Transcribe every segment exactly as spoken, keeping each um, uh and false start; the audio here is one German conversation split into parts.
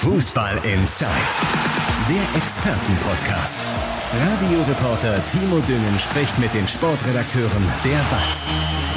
Fußball Inside, der Expertenpodcast. Radioreporter Timo Düngen spricht mit den Sportredakteuren der B A Z.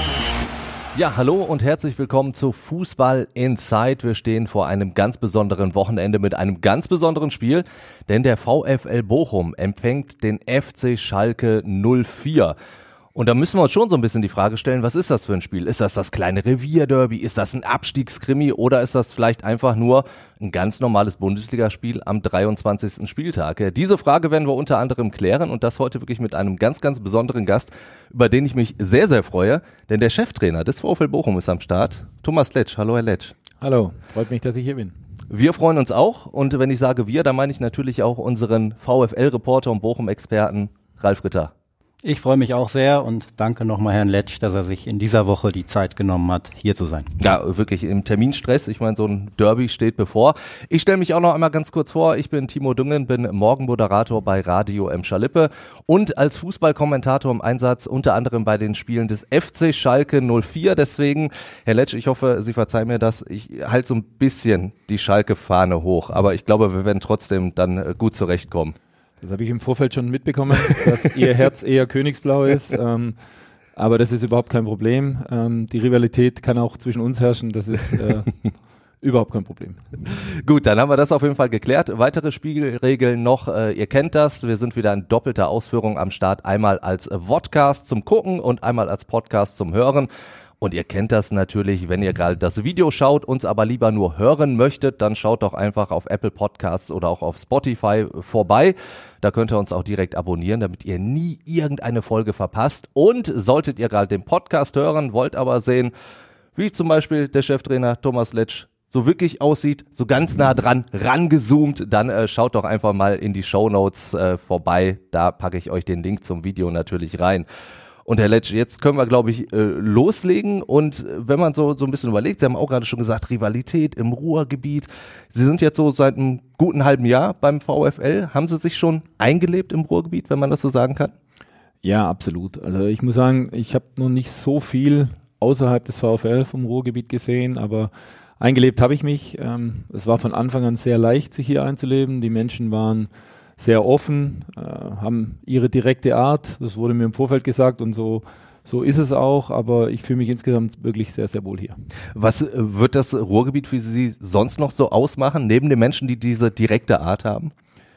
Ja, hallo und herzlich willkommen zu Fußball Inside. Wir stehen vor einem ganz besonderen Wochenende mit einem ganz besonderen Spiel, denn der VfL Bochum empfängt den F C Schalke null vier. Und da müssen wir uns schon so ein bisschen die Frage stellen, was ist das für ein Spiel? Ist das das kleine Revierderby? Ist das ein Abstiegskrimi? Oder ist das vielleicht einfach nur ein ganz normales Bundesligaspiel am dreiundzwanzigsten Spieltag? Diese Frage werden wir unter anderem klären und das heute wirklich mit einem ganz, ganz besonderen Gast, über den ich mich sehr, sehr freue. Denn der Cheftrainer des VfL Bochum ist am Start, Thomas Letsch. Hallo, Herr Letsch. Hallo, freut mich, dass ich hier bin. Wir freuen uns auch und wenn ich sage wir, dann meine ich natürlich auch unseren VfL-Reporter und Bochum-Experten Ralf Ritter. Ich freue mich auch sehr und danke nochmal Herrn Letsch, dass er sich in dieser Woche die Zeit genommen hat, hier zu sein. Ja, wirklich im Terminstress. Ich meine, so ein Derby steht bevor. Ich stelle mich auch noch einmal ganz kurz vor. Ich bin Timo Düngen, bin Morgenmoderator bei Radio Emscher-Lippe und als Fußballkommentator im Einsatz unter anderem bei den Spielen des F C Schalke null vier. Deswegen, Herr Letsch, ich hoffe, Sie verzeihen mir das. Ich halte so ein bisschen die Schalke-Fahne hoch, aber ich glaube, wir werden trotzdem dann gut zurechtkommen. Das habe ich im Vorfeld schon mitbekommen, dass Ihr Herz eher königsblau ist, ähm, aber das ist überhaupt kein Problem. Ähm, die Rivalität kann auch zwischen uns herrschen, das ist äh, überhaupt kein Problem. Gut, dann haben wir das auf jeden Fall geklärt. Weitere Spielregeln noch, äh, ihr kennt das, wir sind wieder in doppelter Ausführung am Start, einmal als Vodcast zum Gucken und einmal als Podcast zum Hören. Und ihr kennt das natürlich, wenn ihr gerade das Video schaut, uns aber lieber nur hören möchtet, dann schaut doch einfach auf Apple Podcasts oder auch auf Spotify vorbei. Da könnt ihr uns auch direkt abonnieren, damit ihr nie irgendeine Folge verpasst. Und solltet ihr gerade den Podcast hören, wollt aber sehen, wie zum Beispiel der Cheftrainer Thomas Letsch so wirklich aussieht, so ganz nah dran, rangezoomt, dann äh, schaut doch einfach mal in die Shownotes äh, vorbei. Da packe ich euch den Link zum Video natürlich rein. Und Herr Letsch, jetzt können wir, glaube ich, äh, loslegen und wenn man so so ein bisschen überlegt, Sie haben auch gerade schon gesagt, Rivalität im Ruhrgebiet. Sie sind jetzt so seit einem guten halben Jahr beim VfL. Haben Sie sich schon eingelebt im Ruhrgebiet, wenn man das so sagen kann? Ja, absolut. Also ich muss sagen, ich habe noch nicht so viel außerhalb des VfL vom Ruhrgebiet gesehen, aber eingelebt habe ich mich. Ähm, es war von Anfang an sehr leicht, sich hier einzuleben. Die Menschen waren sehr offen, äh, haben ihre direkte Art, das wurde mir im Vorfeld gesagt und so so ist es auch, aber ich fühle mich insgesamt wirklich sehr, sehr wohl hier. Was äh, wird das Ruhrgebiet für Sie sonst noch so ausmachen, neben den Menschen, die diese direkte Art haben?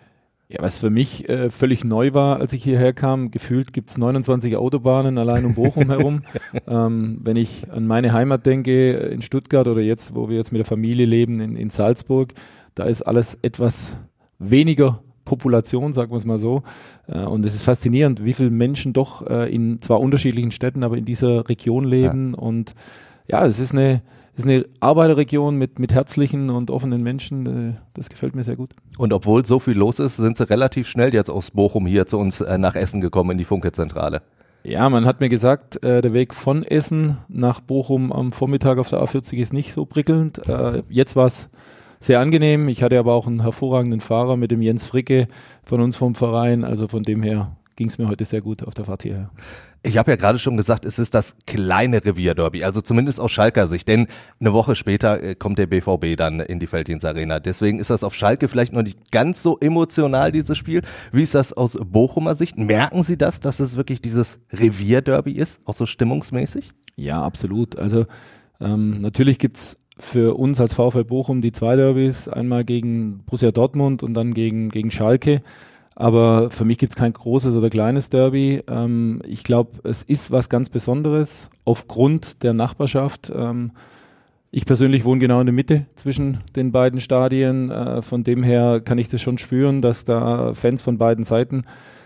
Ja, was für mich äh, völlig neu war, als ich hierher kam, gefühlt gibt es neunundzwanzig Autobahnen allein um Bochum herum. ähm, wenn ich an meine Heimat denke, in Stuttgart oder jetzt, wo wir jetzt mit der Familie leben, in, in Salzburg, da ist alles etwas weniger Population, sagen wir es mal so. Und es ist faszinierend, wie viele Menschen doch in zwar unterschiedlichen Städten, aber in dieser Region leben. Ja. Und ja, es ist eine, es ist eine Arbeiterregion mit, mit herzlichen und offenen Menschen. Das gefällt mir sehr gut. Und obwohl so viel los ist, sind Sie relativ schnell jetzt aus Bochum hier zu uns nach Essen gekommen in die Funke-Zentrale. Ja, man hat mir gesagt, äh, der Weg von Essen nach Bochum am Vormittag auf der A vierzig ist nicht so prickelnd. Äh, jetzt war es sehr angenehm. Ich hatte aber auch einen hervorragenden Fahrer mit dem Jens Fricke von uns vom Verein. Also von dem her ging es mir heute sehr gut auf der Fahrt hierher. Ich habe ja gerade schon gesagt, es ist das kleine Revierderby, also zumindest aus Schalker Sicht, denn eine Woche später äh, kommt der B V B dann in die Felddienst-Arena. Deswegen ist das auf Schalke vielleicht noch nicht ganz so emotional, dieses Spiel. Wie ist das aus Bochumer Sicht? Merken Sie das, dass es wirklich dieses Revierderby ist, auch so stimmungsmäßig? Ja, absolut. Also ähm, natürlich gibt's für uns als VfL Bochum die zwei Derbys, einmal gegen Borussia Dortmund und dann gegen, gegen Schalke. Aber für mich gibt es kein großes oder kleines Derby. Ähm, ich glaube, es ist was ganz Besonderes aufgrund der Nachbarschaft. Ähm, ich persönlich wohne genau in der Mitte zwischen den beiden Stadien. Äh, von dem her kann ich das schon spüren, dass da Fans von beiden Seiten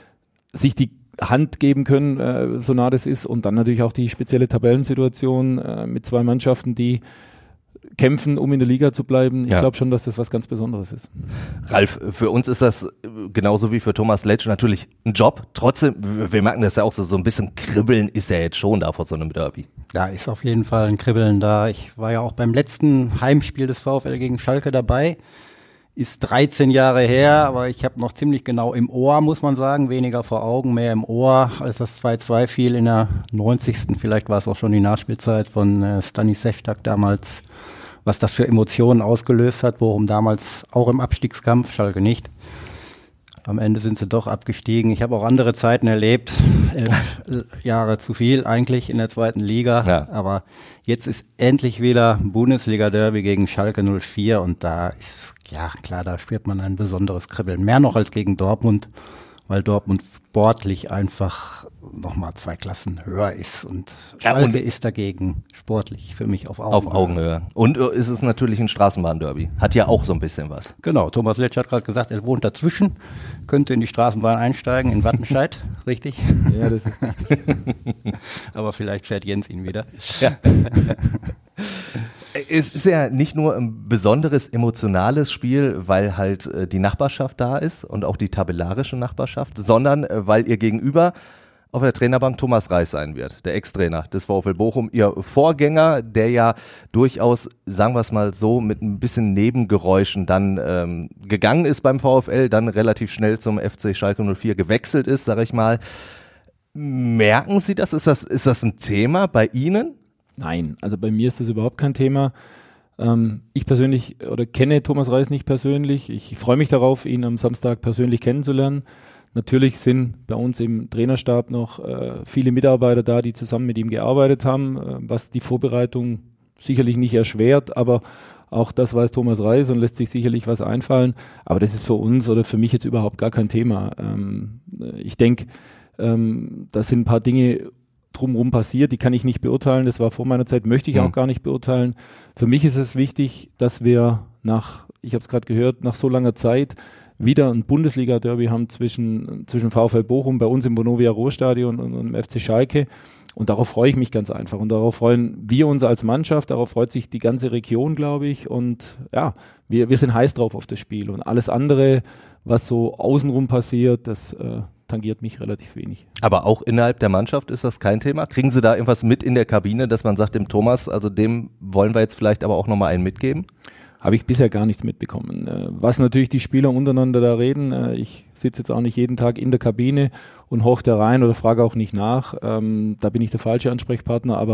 sich die Hand geben können, äh, so nah das ist. Und dann natürlich auch die spezielle Tabellensituation äh, mit zwei Mannschaften, die kämpfen, um in der Liga zu bleiben. Ich ja. glaube schon, dass das was ganz Besonderes ist. Ralf, für uns ist das genauso wie für Thomas Letsch natürlich ein Job. Trotzdem, wir merken das ja auch so, so ein bisschen Kribbeln ist ja jetzt schon da vor so einem Derby. Da ist auf jeden Fall ein Kribbeln da. Ich war ja auch beim letzten Heimspiel des VfL gegen Schalke dabei. Ist dreizehn Jahre her, aber ich habe noch ziemlich genau im Ohr, muss man sagen, weniger vor Augen, mehr im Ohr, als das zwei zwei fiel in der neunzigsten Vielleicht war es auch schon die Nachspielzeit von äh, Stani Seftak damals. was das für Emotionen ausgelöst hat. Bochum damals auch im Abstiegskampf, Schalke nicht. Am Ende sind sie doch abgestiegen. Ich habe auch andere Zeiten erlebt, elf Jahre zu viel eigentlich in der zweiten Liga. Ja. Aber jetzt ist endlich wieder Bundesliga-Derby gegen Schalke null vier und da ist, ja klar, da spürt man ein besonderes Kribbeln. Mehr noch als gegen Dortmund, weil Dortmund sportlich einfach nochmal zwei Klassen höher ist und ja, Schalke und ist dagegen sportlich für mich auf Augenhöhe. Auf Augenhöhe. Und ist es natürlich ein Straßenbahn-Derby. Hat ja auch so ein bisschen was. Genau, Thomas Letsch hat gerade gesagt, er wohnt dazwischen, könnte in die Straßenbahn einsteigen, in Wattenscheid, richtig? Ja, das ist richtig. Aber vielleicht fährt Jens ihn wieder. Ja. Es ist ja nicht nur ein besonderes emotionales Spiel, weil halt äh, die Nachbarschaft da ist und auch die tabellarische Nachbarschaft, sondern äh, weil ihr gegenüber auf der Trainerbank Thomas Reis sein wird, der Ex-Trainer des VfL Bochum, ihr Vorgänger, der ja durchaus, sagen wir es mal so, mit ein bisschen Nebengeräuschen dann ähm, gegangen ist beim VfL, dann relativ schnell zum F C Schalke null vier gewechselt ist, sag ich mal. Merken Sie das? Ist das, ist das ein Thema bei Ihnen? Nein, also bei mir ist das überhaupt kein Thema. Ähm, ich persönlich oder kenne Thomas Reis nicht persönlich. Ich freue mich darauf, ihn am Samstag persönlich kennenzulernen. Natürlich sind bei uns im Trainerstab noch äh, viele Mitarbeiter da, die zusammen mit ihm gearbeitet haben, äh, was die Vorbereitung sicherlich nicht erschwert, aber auch das weiß Thomas Reis und lässt sich sicherlich was einfallen. Aber das ist für uns oder für mich jetzt überhaupt gar kein Thema. Ähm, ich denke, ähm, da sind ein paar Dinge drumherum passiert, die kann ich nicht beurteilen, das war vor meiner Zeit, möchte ich auch gar nicht beurteilen. Für mich ist es wichtig, dass wir nach, ich habe es gerade gehört, nach so langer Zeit wieder ein Bundesliga-Derby haben zwischen, zwischen VfL Bochum, bei uns im Vonovia-Ruhrstadion und, und dem F C Schalke und darauf freue ich mich ganz einfach und darauf freuen wir uns als Mannschaft, darauf freut sich die ganze Region, glaube ich und ja, wir, wir sind heiß drauf auf das Spiel und alles andere, was so außenrum passiert, das äh, tangiert mich relativ wenig. Aber auch innerhalb der Mannschaft ist das kein Thema? Kriegen Sie da irgendwas mit in der Kabine, dass man sagt, dem Thomas, also dem wollen wir jetzt vielleicht aber auch nochmal einen mitgeben? Habe ich bisher gar nichts mitbekommen. Was natürlich die Spieler untereinander da reden, ich sitze jetzt auch nicht jeden Tag in der Kabine und horche da rein oder frage auch nicht nach, da bin ich der falsche Ansprechpartner, aber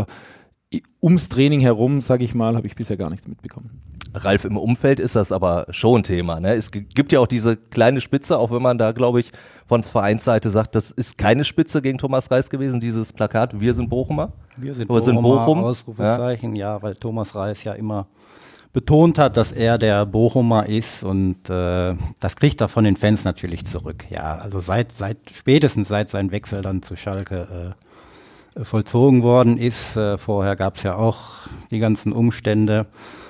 ums Training herum, sage ich mal, habe ich bisher gar nichts mitbekommen. Ralf, im Umfeld ist das aber schon ein Thema, ne? Es gibt ja auch diese kleine Spitze, auch wenn man da, glaube ich, von Vereinsseite sagt, das ist keine Spitze gegen Thomas Reis gewesen, dieses Plakat, wir sind Bochumer. Wir sind Bochumer, sind Bochum. Ausrufezeichen, ja. ja, weil Thomas Reis ja immer betont hat, dass er der Bochumer ist und äh, das kriegt er von den Fans natürlich zurück. Ja, also seit, seit spätestens seit sein Wechsel dann zu Schalke äh, vollzogen worden ist. Äh, vorher gab es ja auch die ganzen Umstände.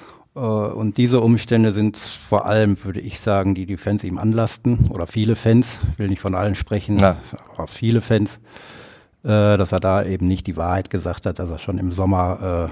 Und diese Umstände sind vor allem, würde ich sagen, die die Fans ihm anlasten oder viele Fans, ich will nicht von allen sprechen, ja. aber viele Fans, äh, dass er da eben nicht die Wahrheit gesagt hat, dass er schon im Sommer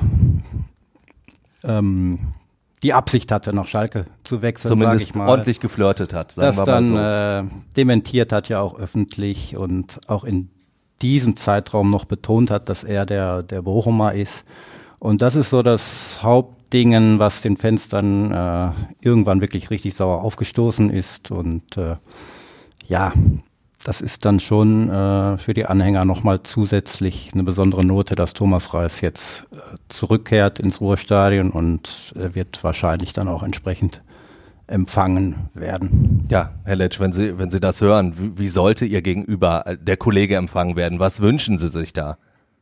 äh, ähm, die Absicht hatte, nach Schalke zu wechseln, zumindest sag ich mal. Ordentlich geflirtet hat, sagen das wir mal so. dann äh, dementiert hat ja auch öffentlich und auch in diesem Zeitraum noch betont hat, dass er der, der Bochumer ist. Und das ist so das Hauptding, was den Fans dann äh, irgendwann wirklich richtig sauer aufgestoßen ist. Und äh, ja, das ist dann schon äh, für die Anhänger nochmal zusätzlich eine besondere Note, dass Thomas Reis jetzt äh, zurückkehrt ins Ruhrstadion und er wird wahrscheinlich dann auch entsprechend empfangen werden. Ja, Herr Letsch, wenn Sie, wenn Sie das hören, wie, wie sollte Ihr Gegenüber, der Kollege, empfangen werden? Was wünschen Sie sich da?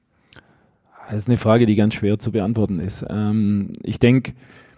Das ist eine Frage, die ganz schwer zu beantworten ist. Ähm, ich denke,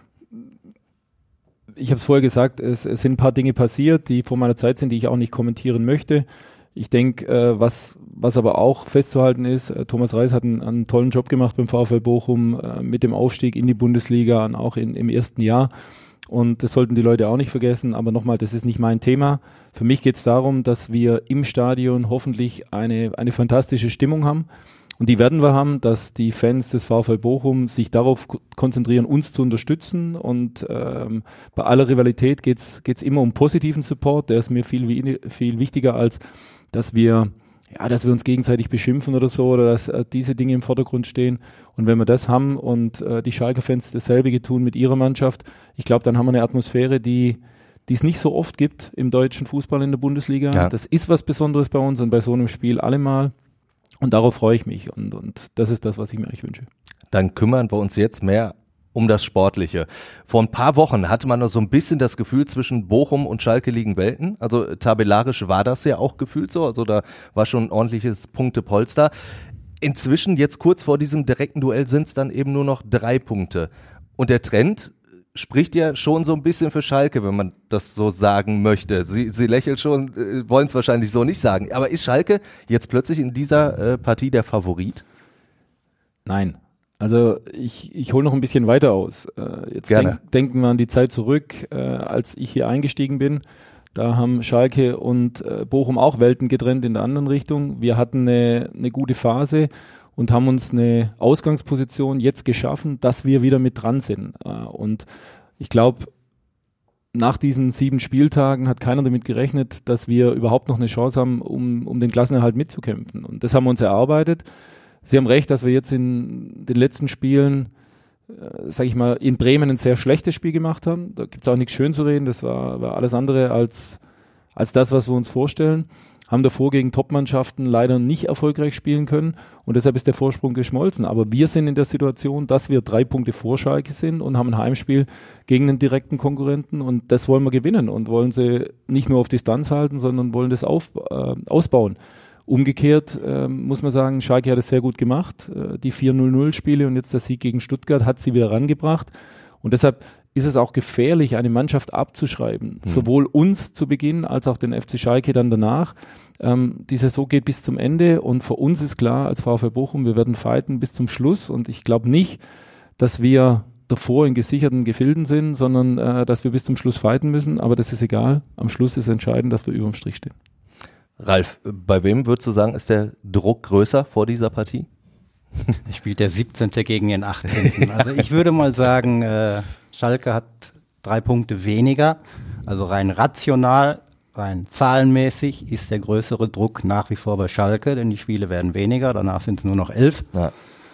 ich habe es vorher gesagt, es, es sind ein paar Dinge passiert, die vor meiner Zeit sind, die ich auch nicht kommentieren möchte. Ich denke, äh, was, was aber auch festzuhalten ist, äh, Thomas Reis hat einen, einen tollen Job gemacht beim VfL Bochum äh, mit dem Aufstieg in die Bundesliga und auch in, im ersten Jahr. Und das sollten die Leute auch nicht vergessen. Aber nochmal, das ist nicht mein Thema. Für mich geht es darum, dass wir im Stadion hoffentlich eine, eine fantastische Stimmung haben. Und die werden wir haben, dass die Fans des VfL Bochum sich darauf konzentrieren, uns zu unterstützen. Und ähm, bei aller Rivalität geht's geht's immer um positiven Support. Der ist mir viel, viel wichtiger, als dass wir, ja, dass wir uns gegenseitig beschimpfen oder so, oder dass äh, diese Dinge im Vordergrund stehen. Und wenn wir das haben und äh, die Schalke-Fans dasselbe tun mit ihrer Mannschaft, ich glaube, dann haben wir eine Atmosphäre, die die es nicht so oft gibt im deutschen Fußball in der Bundesliga. Ja. Das ist was Besonderes bei uns und bei so einem Spiel allemal. Und darauf freue ich mich und, und das ist das, was ich mir eigentlich wünsche. Dann kümmern wir uns jetzt mehr um das Sportliche. Vor ein paar Wochen hatte man noch so ein bisschen das Gefühl, zwischen Bochum und Schalke liegen Welten. Also tabellarisch war das ja auch gefühlt so. Also da war schon ein ordentliches Punktepolster. Inzwischen, jetzt kurz vor diesem direkten Duell, sind es dann eben nur noch drei Punkte. Und der Trend spricht ja schon so ein bisschen für Schalke, wenn man das so sagen möchte. Sie, sie lächelt schon, äh, wollen es wahrscheinlich so nicht sagen. Aber ist Schalke jetzt plötzlich in dieser äh, Partie der Favorit? Nein. Also ich, ich hole noch ein bisschen weiter aus. Äh, jetzt denk, denken wir an die Zeit zurück, äh, als ich hier eingestiegen bin. Da haben Schalke und äh, Bochum auch Welten getrennt in der anderen Richtung. Wir hatten eine, eine gute Phase und haben uns eine Ausgangsposition jetzt geschaffen, dass wir wieder mit dran sind. Äh, und ich glaube, nach diesen sieben Spieltagen hat keiner damit gerechnet, dass wir überhaupt noch eine Chance haben, um, um den Klassenerhalt mitzukämpfen. Und das haben wir uns erarbeitet. Sie haben recht, dass wir jetzt in den letzten Spielen, äh, sage ich mal, in Bremen ein sehr schlechtes Spiel gemacht haben. Da gibt es auch nichts schön zu reden. Das war, war alles andere als, als das, was wir uns vorstellen. Haben davor gegen Top-Mannschaften leider nicht erfolgreich spielen können und deshalb ist der Vorsprung geschmolzen. Aber wir sind in der Situation, dass wir drei Punkte vor Schalke sind und haben ein Heimspiel gegen einen direkten Konkurrenten und das wollen wir gewinnen und wollen sie nicht nur auf Distanz halten, sondern wollen das auf, äh, ausbauen. Umgekehrt äh, muss man sagen, Schalke hat es sehr gut gemacht. Äh, die vier null null Spiele und jetzt der Sieg gegen Stuttgart hat sie wieder rangebracht. Und deshalb ist es auch gefährlich, eine Mannschaft abzuschreiben. Mhm. Sowohl uns zu Beginn als auch den F C Schalke dann danach. Ähm, die Saison geht bis zum Ende und für uns ist klar, als VfL Bochum, wir werden fighten bis zum Schluss. Und ich glaube nicht, dass wir davor in gesicherten Gefilden sind, sondern äh, dass wir bis zum Schluss fighten müssen. Aber das ist egal. Am Schluss ist entscheidend, dass wir überm Strich stehen. Ralf, bei wem würdest du sagen, ist der Druck größer vor dieser Partie? Es spielt der siebzehnte gegen den achtzehnten Also ich würde mal sagen, äh, Schalke hat drei Punkte weniger. Also rein rational, rein zahlenmäßig ist der größere Druck nach wie vor bei Schalke, denn die Spiele werden weniger, danach sind es nur noch elf. Ja.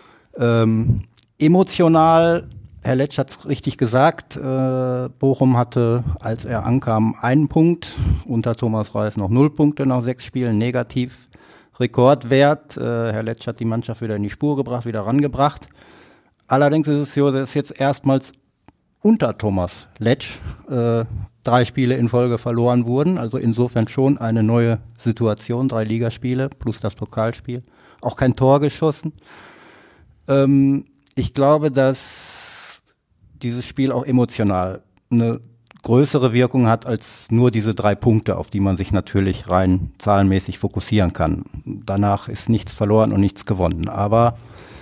Ähm, emotional, Herr Letsch hat es richtig gesagt, äh, Bochum hatte, als er ankam, einen Punkt, unter Thomas Reis noch null Punkte nach sechs Spielen, negativ. Rekordwert, äh, Herr Letsch hat die Mannschaft wieder in die Spur gebracht, wieder rangebracht. Allerdings ist es so, dass jetzt erstmals unter Thomas Letsch äh, drei Spiele in Folge verloren wurden, also insofern schon eine neue Situation, drei Ligaspiele plus das Pokalspiel, auch kein Tor geschossen. Ähm, ich glaube, dass dieses Spiel auch emotional eine größere Wirkung hat als nur diese drei Punkte, auf die man sich natürlich rein zahlenmäßig fokussieren kann. Danach ist nichts verloren und nichts gewonnen. Aber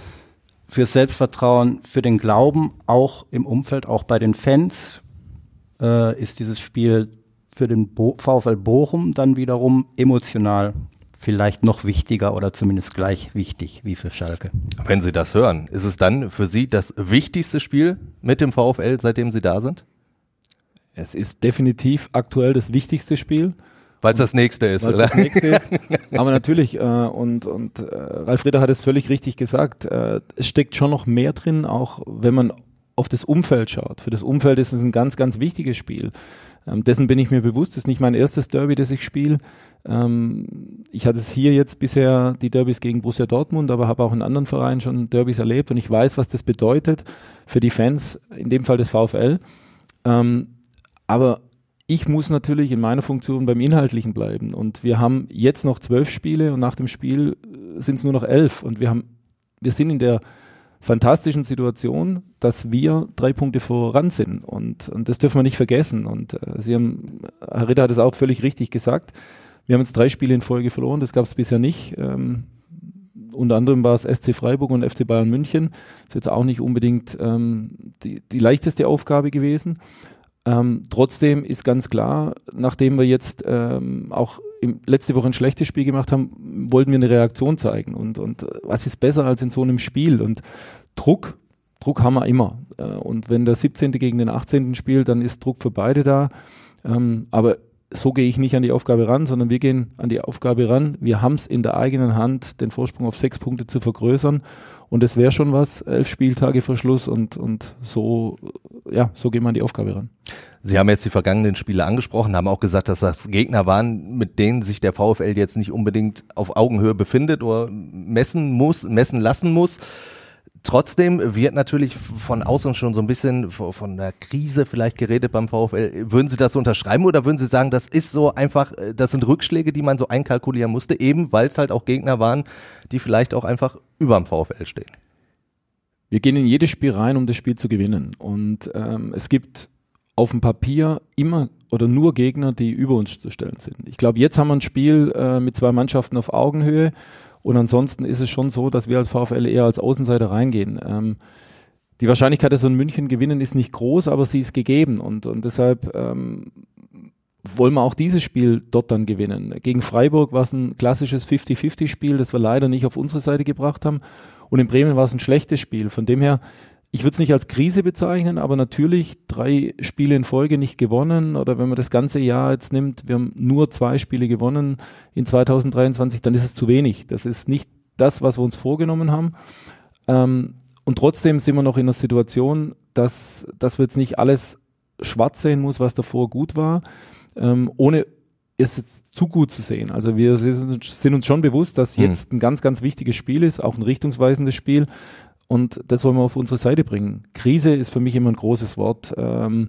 fürs Selbstvertrauen, für den Glauben, auch im Umfeld, auch bei den Fans, äh, ist dieses Spiel für den Bo- VfL Bochum dann wiederum emotional vielleicht noch wichtiger oder zumindest gleich wichtig wie für Schalke. Wenn Sie das hören, ist es dann für Sie das wichtigste Spiel mit dem VfL, seitdem Sie da sind? Es ist definitiv aktuell das wichtigste Spiel. Weil es das nächste ist, Weil's oder? das nächste ist. Aber natürlich, äh, und, und äh, Ralf Rieder hat es völlig richtig gesagt, äh, es steckt schon noch mehr drin, auch wenn man auf das Umfeld schaut. Für das Umfeld ist es ein ganz, ganz wichtiges Spiel. Ähm, dessen bin ich mir bewusst, das ist nicht mein erstes Derby, das ich spiele. Ähm, ich hatte es hier jetzt bisher die Derbys gegen Borussia Dortmund, aber habe auch in anderen Vereinen schon Derbys erlebt und ich weiß, was das bedeutet für die Fans, in dem Fall des VfL. Ähm, aber ich muss natürlich in meiner Funktion beim Inhaltlichen bleiben und wir haben jetzt noch zwölf Spiele und nach dem Spiel sind es nur noch elf und wir haben, wir sind in der fantastischen Situation, dass wir drei Punkte voran sind und, und das dürfen wir nicht vergessen und äh, Sie haben, Herr Ritter hat es auch völlig richtig gesagt, wir haben jetzt drei Spiele in Folge verloren, das gab es bisher nicht, ähm, unter anderem war es S C Freiburg und F C Bayern München, das ist jetzt auch nicht unbedingt ähm, die, die leichteste Aufgabe gewesen. Ähm, trotzdem ist ganz klar, nachdem wir jetzt ähm, auch im, letzte Woche ein schlechtes Spiel gemacht haben, wollten wir eine Reaktion zeigen. Und, und was ist besser als in so einem Spiel? Und Druck, Druck haben wir immer. Äh, und wenn der siebzehnte gegen den achtzehnten spielt, dann ist Druck für beide da. Ähm, aber so gehe ich nicht an die Aufgabe ran, sondern wir gehen an die Aufgabe ran. Wir haben es in der eigenen Hand, den Vorsprung auf sechs Punkte zu vergrößern. Und es wäre schon was, elf Spieltage vor Schluss und, und so, ja, so gehen wir an die Aufgabe ran. Sie haben jetzt die vergangenen Spiele angesprochen, haben auch gesagt, dass das Gegner waren, mit denen sich der VfL jetzt nicht unbedingt auf Augenhöhe befindet oder messen muss, messen lassen muss. Trotzdem wird natürlich von außen schon so ein bisschen von der Krise vielleicht geredet beim VfL. Würden Sie das so unterschreiben oder würden Sie sagen, das ist so einfach, das sind Rückschläge, die man so einkalkulieren musste, eben weil es halt auch Gegner waren, die vielleicht auch einfach über dem VfL stehen? Wir gehen in jedes Spiel rein, um das Spiel zu gewinnen. Und ähm, es gibt auf dem Papier immer oder nur Gegner, die über uns zu stellen sind. Ich glaube, jetzt haben wir ein Spiel äh, mit zwei Mannschaften auf Augenhöhe. Und ansonsten ist es schon so, dass wir als VfL eher als Außenseiter reingehen. Ähm, die Wahrscheinlichkeit, dass wir in München gewinnen, ist nicht groß, aber sie ist gegeben. Und, und deshalb ähm, wollen wir auch dieses Spiel dort dann gewinnen. Gegen Freiburg war es ein klassisches fünfzig fünfzig Spiel, das wir leider nicht auf unsere Seite gebracht haben. Und in Bremen war es ein schlechtes Spiel. Von dem her, ich würde es nicht als Krise bezeichnen, aber natürlich drei Spiele in Folge nicht gewonnen oder wenn man das ganze Jahr jetzt nimmt, wir haben nur zwei Spiele gewonnen in zweitausenddreiundzwanzig, dann ist es zu wenig. Das ist nicht das, was wir uns vorgenommen haben. Ähm, und trotzdem sind wir noch in einer Situation, dass, dass wir jetzt nicht alles schwarz sehen muss, was davor gut war, ähm, ohne es jetzt zu gut zu sehen. Also wir sind uns schon bewusst, dass jetzt ein ganz, ganz wichtiges Spiel ist, auch ein richtungsweisendes Spiel. Und das wollen wir auf unsere Seite bringen. Krise ist für mich immer ein großes Wort. Ähm,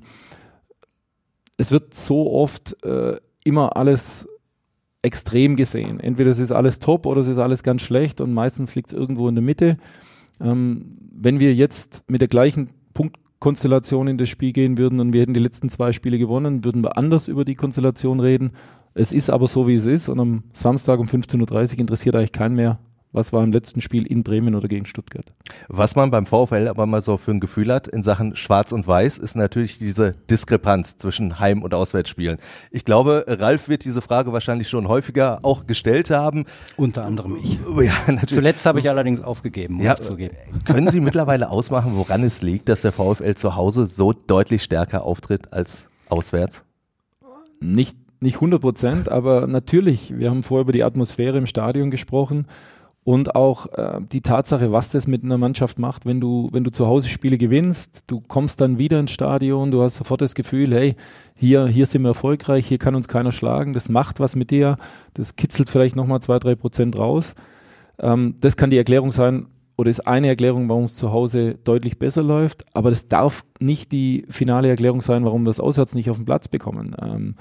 es wird so oft äh, immer alles extrem gesehen. Entweder es ist alles top oder es ist alles ganz schlecht und meistens liegt es irgendwo in der Mitte. Ähm, wenn wir jetzt mit der gleichen Punktkonstellation in das Spiel gehen würden und wir hätten die letzten zwei Spiele gewonnen, würden wir anders über die Konstellation reden. Es ist aber so, wie es ist und am Samstag um fünfzehn Uhr dreißig interessiert eigentlich keinen mehr, was war im letzten Spiel in Bremen oder gegen Stuttgart. Was man beim VfL aber mal so für ein Gefühl hat in Sachen Schwarz und Weiß, ist natürlich diese Diskrepanz zwischen Heim- und Auswärtsspielen. Ich glaube, Ralf wird diese Frage wahrscheinlich schon häufiger auch gestellt haben. Unter anderem ich. Ja, natürlich. Zuletzt habe ich allerdings aufgegeben, muss ja, ich zugeben. Können Sie mittlerweile ausmachen, woran es liegt, dass der VfL zu Hause so deutlich stärker auftritt als auswärts? Nicht, nicht hundert Prozent, aber natürlich. Wir haben vorher über die Atmosphäre im Stadion gesprochen. Und auch äh, die Tatsache, was das mit einer Mannschaft macht, wenn du, wenn du zu Hause Spiele gewinnst, du kommst dann wieder ins Stadion, du hast sofort das Gefühl, hey, hier, hier sind wir erfolgreich, hier kann uns keiner schlagen, das macht was mit dir, das kitzelt vielleicht nochmal zwei, drei Prozent raus. Ähm, das kann die Erklärung sein, oder ist eine Erklärung, warum es zu Hause deutlich besser läuft, aber das darf nicht die finale Erklärung sein, warum wir es auswärts nicht auf den Platz bekommen. Ähm,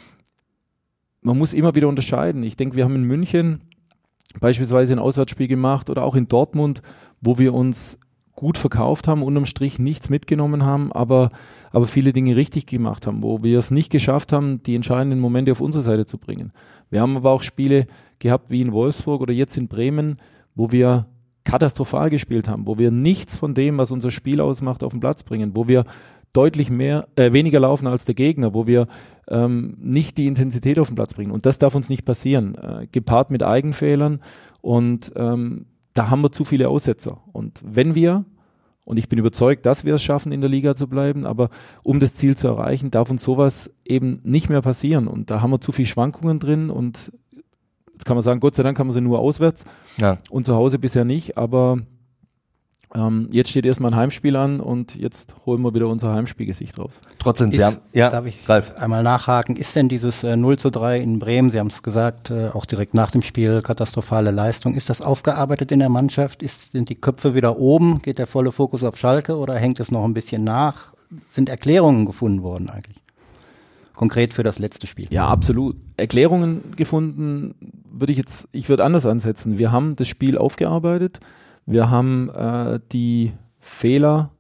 man muss immer wieder unterscheiden. Ich denke, wir haben in München beispielsweise ein Auswärtsspiel gemacht oder auch in Dortmund, wo wir uns gut verkauft haben, unterm Strich nichts mitgenommen haben, aber, aber viele Dinge richtig gemacht haben, wo wir es nicht geschafft haben, die entscheidenden Momente auf unsere Seite zu bringen. Wir haben aber auch Spiele gehabt wie in Wolfsburg oder jetzt in Bremen, wo wir katastrophal gespielt haben, wo wir nichts von dem, was unser Spiel ausmacht, auf den Platz bringen, wo wir deutlich mehr, äh, weniger laufen als der Gegner, wo wir ähm, nicht die Intensität auf den Platz bringen. Und das darf uns nicht passieren, äh, gepaart mit Eigenfehlern. Und ähm, da haben wir zu viele Aussetzer. Und wenn wir, und ich bin überzeugt, dass wir es schaffen, in der Liga zu bleiben, aber um das Ziel zu erreichen, darf uns sowas eben nicht mehr passieren. Und da haben wir zu viele Schwankungen drin. Und jetzt kann man sagen, Gott sei Dank haben wir sie nur auswärts Ja. und zu Hause bisher nicht, aber Ähm, jetzt steht erstmal ein Heimspiel an und jetzt holen wir wieder unser Heimspielgesicht raus. Trotzdem, Sie Ist, haben, ja, darf ich Ralf. einmal nachhaken, ist denn dieses äh, null zu drei in Bremen, Sie haben es gesagt, äh, auch direkt nach dem Spiel, katastrophale Leistung, ist das aufgearbeitet in der Mannschaft? Ist, sind die Köpfe wieder oben? Geht der volle Fokus auf Schalke oder hängt es noch ein bisschen nach? Sind Erklärungen gefunden worden eigentlich? Konkret für das letzte Spiel. Ja, absolut. Erklärungen gefunden würde ich jetzt, ich würde anders ansetzen. Wir haben das Spiel aufgearbeitet. Wir haben äh, die Fehler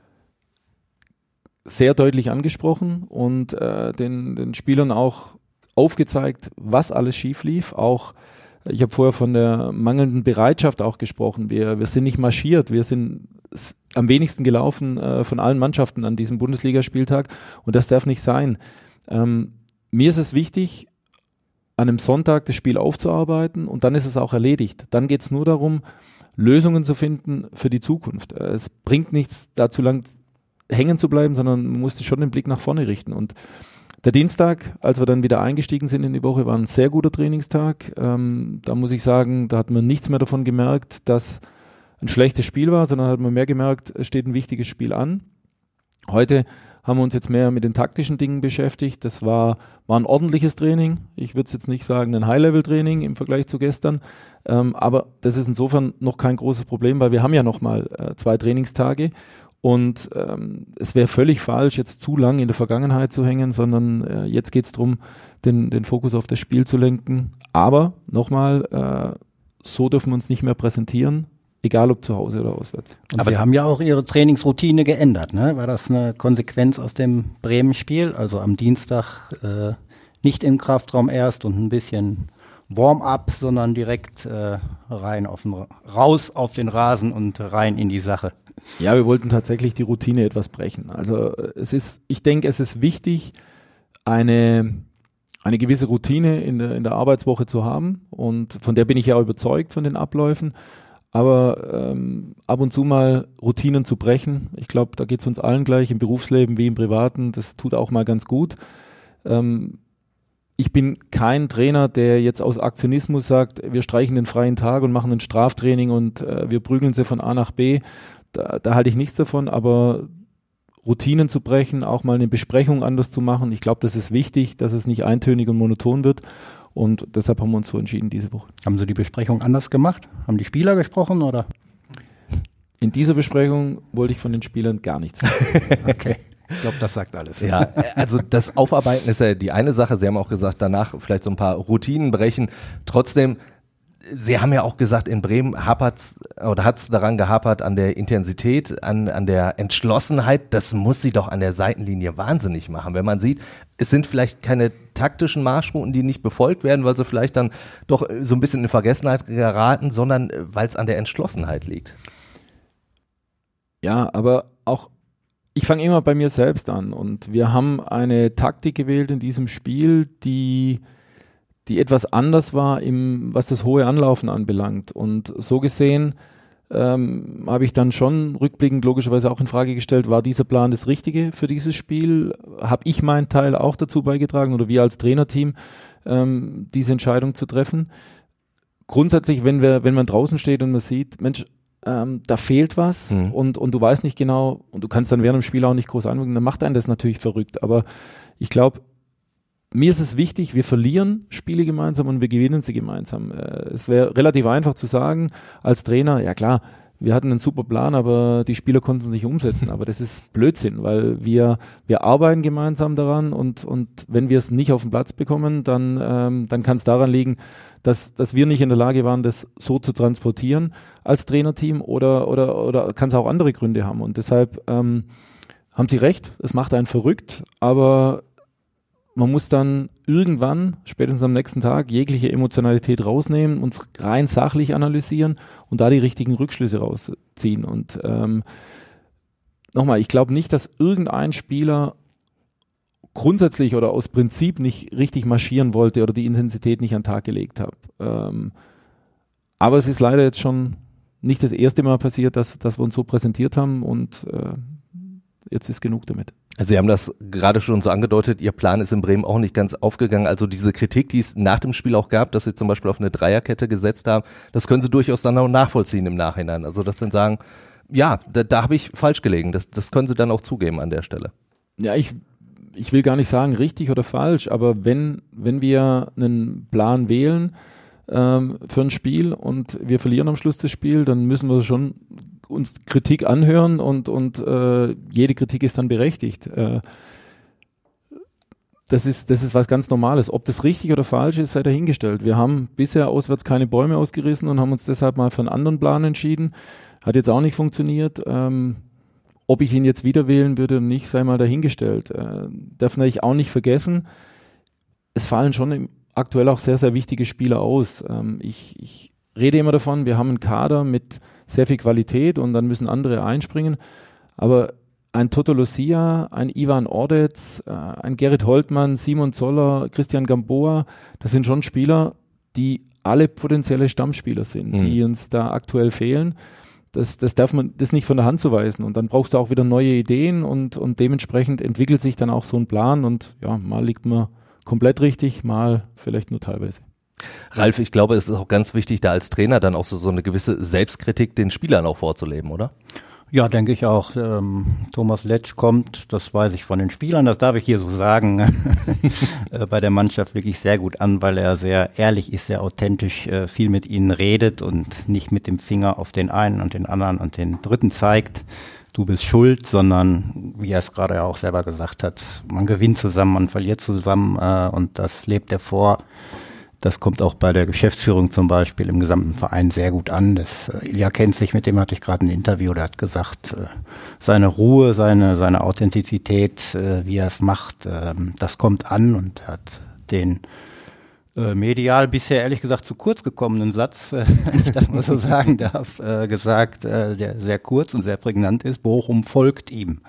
sehr deutlich angesprochen und äh, den, den Spielern auch aufgezeigt, was alles schief lief. Auch, ich habe vorher von der mangelnden Bereitschaft auch gesprochen. Wir, wir sind nicht marschiert, wir sind am wenigsten gelaufen äh, von allen Mannschaften an diesem Bundesligaspieltag und das darf nicht sein. Ähm, mir ist es wichtig, an einem Sonntag das Spiel aufzuarbeiten und dann ist es auch erledigt. Dann geht es nur darum, Lösungen zu finden für die Zukunft. Es bringt nichts, da zu lang hängen zu bleiben, sondern man musste schon den Blick nach vorne richten. Und der Dienstag, als wir dann wieder eingestiegen sind in die Woche, war ein sehr guter Trainingstag. Ähm, da muss ich sagen, da hat man nichts mehr davon gemerkt, dass ein schlechtes Spiel war, sondern hat man mehr gemerkt, es steht ein wichtiges Spiel an. Heute haben wir uns jetzt mehr mit den taktischen Dingen beschäftigt. Das war, war ein ordentliches Training. Ich würde es jetzt nicht sagen, ein High-Level-Training im Vergleich zu gestern. Ähm, aber das ist insofern noch kein großes Problem, weil wir haben ja noch mal äh, zwei Trainingstage. Und ähm, es wäre völlig falsch, jetzt zu lang in der Vergangenheit zu hängen, sondern äh, jetzt geht es darum, den, den Fokus auf das Spiel zu lenken. Aber nochmal, äh, so dürfen wir uns nicht mehr präsentieren. Egal ob zu Hause oder auswärts. Und Aber Sie haben ja auch Ihre Trainingsroutine geändert, ne? War das eine Konsequenz aus dem Bremen-Spiel? Also am Dienstag äh, nicht im Kraftraum erst und ein bisschen Warm-up, sondern direkt äh, rein auf den, raus auf den Rasen und rein in die Sache. Ja, wir wollten tatsächlich die Routine etwas brechen. Also es ist, ich denke, es ist wichtig, eine eine gewisse Routine in der in der Arbeitswoche zu haben, und von der bin ich ja auch überzeugt, von den Abläufen. Aber ähm, ab und zu mal Routinen zu brechen, ich glaube, da geht es uns allen gleich, im Berufsleben wie im Privaten, das tut auch mal ganz gut. Ähm, ich bin kein Trainer, der jetzt aus Aktionismus sagt, wir streichen den freien Tag und machen ein Straftraining und äh, wir prügeln sie von A nach B. Da, da halte ich nichts davon, aber Routinen zu brechen, auch mal eine Besprechung anders zu machen, ich glaube, das ist wichtig, dass es nicht eintönig und monoton wird. Und deshalb haben wir uns so entschieden diese Woche. Haben Sie die Besprechung anders gemacht? Haben die Spieler gesprochen oder? In dieser Besprechung wollte ich von den Spielern gar nichts sagen. Okay, ich glaube, das sagt alles. Ja, also das Aufarbeiten ist ja die eine Sache. Sie haben auch gesagt, danach vielleicht so ein paar Routinen brechen. Trotzdem, Sie haben ja auch gesagt, in Bremen hapert's oder hat's daran gehapert an der Intensität, an, an der Entschlossenheit. Das muss Sie doch an der Seitenlinie wahnsinnig machen, wenn man sieht, es sind vielleicht keine taktischen Marschrouten, die nicht befolgt werden, weil sie vielleicht dann doch so ein bisschen in Vergessenheit geraten, sondern weil es an der Entschlossenheit liegt. Ja, aber auch, ich fange immer bei mir selbst an, und wir haben eine Taktik gewählt in diesem Spiel, die die etwas anders war, im, was das hohe Anlaufen anbelangt. Und so gesehen ähm, habe ich dann schon rückblickend logischerweise auch in Frage gestellt, war dieser Plan das Richtige für dieses Spiel? Habe ich meinen Teil auch dazu beigetragen oder wir als Trainerteam, ähm, diese Entscheidung zu treffen? Grundsätzlich, wenn wir, wenn man draußen steht und man sieht, Mensch, ähm, da fehlt was mhm. und, und du weißt nicht genau, und du kannst dann während dem Spiel auch nicht groß einwirken, dann macht einen das natürlich verrückt. Aber ich glaube, mir ist es wichtig, wir verlieren Spiele gemeinsam und wir gewinnen sie gemeinsam. Äh, es wäre relativ einfach zu sagen als Trainer, ja klar, wir hatten einen super Plan, aber die Spieler konnten es nicht umsetzen. Aber das ist Blödsinn, weil wir wir arbeiten gemeinsam daran, und und wenn wir es nicht auf den Platz bekommen, dann ähm, dann kann es daran liegen, dass dass wir nicht in der Lage waren, das so zu transportieren als Trainerteam, oder oder oder kann es auch andere Gründe haben. Und deshalb ähm, haben Sie recht, es macht einen verrückt, aber man muss dann irgendwann, spätestens am nächsten Tag, jegliche Emotionalität rausnehmen, uns rein sachlich analysieren und da die richtigen Rückschlüsse rausziehen. Und ähm, nochmal, ich glaube nicht, dass irgendein Spieler grundsätzlich oder aus Prinzip nicht richtig marschieren wollte oder die Intensität nicht an den Tag gelegt hat. Ähm, aber es ist leider jetzt schon nicht das erste Mal passiert, dass, dass wir uns so präsentiert haben, und äh, jetzt ist genug damit. Also Sie haben das gerade schon so angedeutet, Ihr Plan ist in Bremen auch nicht ganz aufgegangen. Also diese Kritik, die es nach dem Spiel auch gab, dass Sie zum Beispiel auf eine Dreierkette gesetzt haben, das können Sie durchaus dann auch nachvollziehen im Nachhinein. Also dass Sie dann sagen, ja, da, da habe ich falsch gelegen. Das, das können Sie dann auch zugeben an der Stelle. Ja, ich, ich will gar nicht sagen richtig oder falsch, aber wenn, wenn wir einen Plan wählen ähm, für ein Spiel und wir verlieren am Schluss das Spiel, dann müssen wir schon uns Kritik anhören, und, und äh, jede Kritik ist dann berechtigt. Äh, das ist, das ist was ganz Normales. Ob das richtig oder falsch ist, sei dahingestellt. Wir haben bisher auswärts keine Bäume ausgerissen und haben uns deshalb mal für einen anderen Plan entschieden. Hat jetzt auch nicht funktioniert. Ähm, ob ich ihn jetzt wieder wählen würde oder nicht, sei mal dahingestellt. Äh, darf natürlich auch nicht vergessen, es fallen schon im, aktuell auch sehr, sehr wichtige Spieler aus. Ähm, ich, ich rede immer davon, wir haben einen Kader mit sehr viel Qualität und dann müssen andere einspringen. Aber ein Toto Lucia, ein Ivan Ordetz, äh, ein Gerrit Holtmann, Simon Zoller, Christian Gamboa, das sind schon Spieler, die alle potenzielle Stammspieler sind, mhm. die uns da aktuell fehlen. Das, das darf man das nicht von der Hand zu weisen. Und dann brauchst du auch wieder neue Ideen, und, und dementsprechend entwickelt sich dann auch so ein Plan. Und ja, mal liegt man komplett richtig, mal vielleicht nur teilweise. Ralf, ich glaube, es ist auch ganz wichtig, da als Trainer dann auch so, so eine gewisse Selbstkritik den Spielern auch vorzuleben, oder? Ja, denke ich auch. Ähm, Thomas Letsch kommt, das weiß ich von den Spielern, das darf ich hier so sagen, äh, bei der Mannschaft wirklich sehr gut an, weil er sehr ehrlich ist, sehr authentisch, äh, viel mit ihnen redet und nicht mit dem Finger auf den einen und den anderen und den Dritten zeigt, du bist schuld, sondern, wie er es gerade ja auch selber gesagt hat, man gewinnt zusammen, man verliert zusammen äh, und das lebt er vor. Das kommt auch bei der Geschäftsführung zum Beispiel im gesamten Verein sehr gut an. Das, äh, Ilja kennt sich, mit dem hatte ich gerade ein Interview, der hat gesagt, äh, seine Ruhe, seine, seine Authentizität, äh, wie er es macht, äh, das kommt an und er hat den äh, medial bisher ehrlich gesagt zu kurz gekommenen Satz, äh, wenn ich das mal so sagen darf, äh, gesagt, äh, der sehr kurz und sehr prägnant ist, Bochum folgt ihm.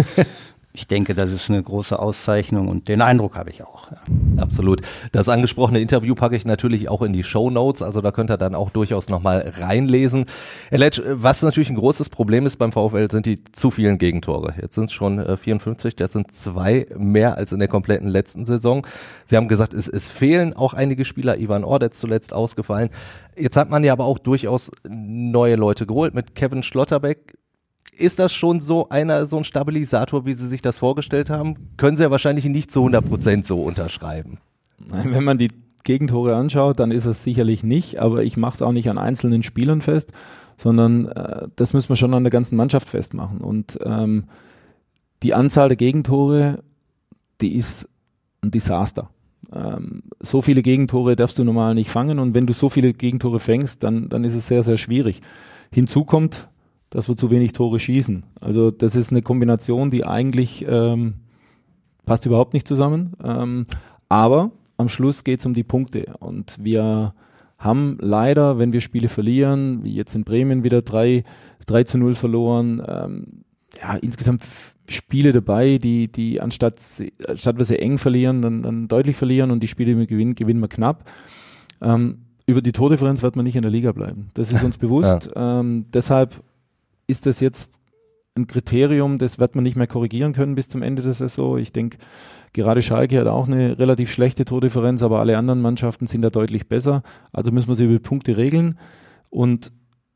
Ich denke, das ist eine große Auszeichnung und den Eindruck habe ich auch. Ja. Absolut. Das angesprochene Interview packe ich natürlich auch in die Shownotes, also da könnt ihr dann auch durchaus nochmal reinlesen. Herr Letsch, was natürlich ein großes Problem ist beim VfL, sind die zu vielen Gegentore. Jetzt sind es schon äh, vierundfünfzig, das sind zwei mehr als in der kompletten letzten Saison. Sie haben gesagt, es, es fehlen auch einige Spieler, Ivan Ordetz zuletzt ausgefallen. Jetzt hat man ja aber auch durchaus neue Leute geholt mit Kevin Schlotterbeck. Ist das schon so einer, so ein Stabilisator, wie Sie sich das vorgestellt haben? Können Sie ja wahrscheinlich nicht zu hundert Prozent so unterschreiben. Wenn man die Gegentore anschaut, dann ist es sicherlich nicht, aber ich mache es auch nicht an einzelnen Spielern fest, sondern äh, das müssen wir schon an der ganzen Mannschaft festmachen. Und ähm, die Anzahl der Gegentore, die ist ein Desaster. Ähm, so viele Gegentore darfst du normal nicht fangen und wenn du so viele Gegentore fängst, dann, dann ist es sehr, sehr schwierig. Hinzu kommt, dass wir zu wenig Tore schießen. Also das ist eine Kombination, die eigentlich ähm, passt überhaupt nicht zusammen. Ähm, aber am Schluss geht es um die Punkte. Und wir haben leider, wenn wir Spiele verlieren, wie jetzt in Bremen wieder drei zu null verloren, ähm, ja, insgesamt Spiele dabei, die, die anstatt, anstatt wir sie eng verlieren, dann, dann deutlich verlieren und die Spiele, die wir gewinnen, gewinnen wir knapp. Ähm, über die Tordifferenz wird man nicht in der Liga bleiben. Das ist uns bewusst. Ja. Ähm, deshalb ist das jetzt ein Kriterium, das wird man nicht mehr korrigieren können bis zum Ende der Saison. Ich denke, gerade Schalke hat auch eine relativ schlechte Tordifferenz, aber alle anderen Mannschaften sind da deutlich besser. Also müssen wir sie über Punkte regeln. Und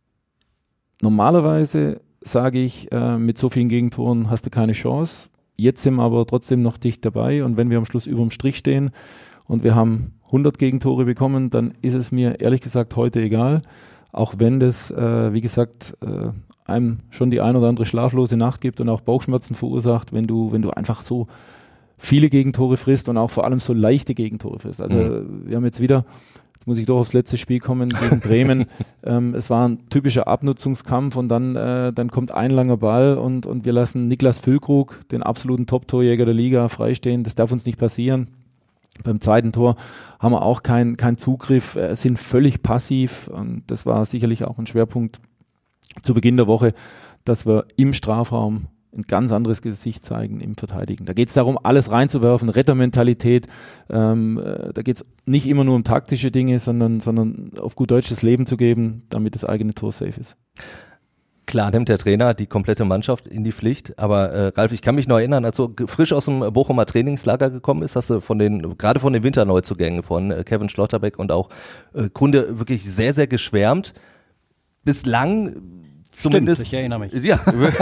normalerweise sage ich, äh, mit so vielen Gegentoren hast du keine Chance. Jetzt sind wir aber trotzdem noch dicht dabei. Und wenn wir am Schluss überm Strich stehen und wir haben hundert Gegentore bekommen, dann ist es mir ehrlich gesagt heute egal. Auch wenn das, äh, wie gesagt, äh, einem schon die ein oder andere schlaflose Nacht gibt und auch Bauchschmerzen verursacht, wenn du, wenn du einfach so viele Gegentore frisst und auch vor allem so leichte Gegentore frisst. Also mhm. wir haben jetzt wieder, jetzt muss ich doch aufs letzte Spiel kommen, gegen Bremen. ähm, es war ein typischer Abnutzungskampf und dann, äh, dann kommt ein langer Ball und, und wir lassen Niklas Füllkrug, den absoluten Top-Torjäger der Liga, freistehen. Das darf uns nicht passieren. Beim zweiten Tor haben wir auch keinen kein Zugriff, äh, sind völlig passiv und das war sicherlich auch ein Schwerpunkt zu Beginn der Woche, dass wir im Strafraum ein ganz anderes Gesicht zeigen im Verteidigen. Da geht es darum, alles reinzuwerfen, Rettermentalität. Ähm, äh, da geht es nicht immer nur um taktische Dinge, sondern, sondern auf gut Deutsch das Leben zu geben, damit das eigene Tor safe ist. Klar nimmt der Trainer die komplette Mannschaft in die Pflicht, aber äh, Ralf, ich kann mich noch erinnern, als du frisch aus dem Bochumer Trainingslager gekommen bist, hast du von den, gerade von den Winterneuzugängen von äh, Kevin Schlotterbeck und auch äh, Kunde wirklich sehr, sehr geschwärmt. Bislang zumindest. Stimmt, ich erinnere mich. Ja,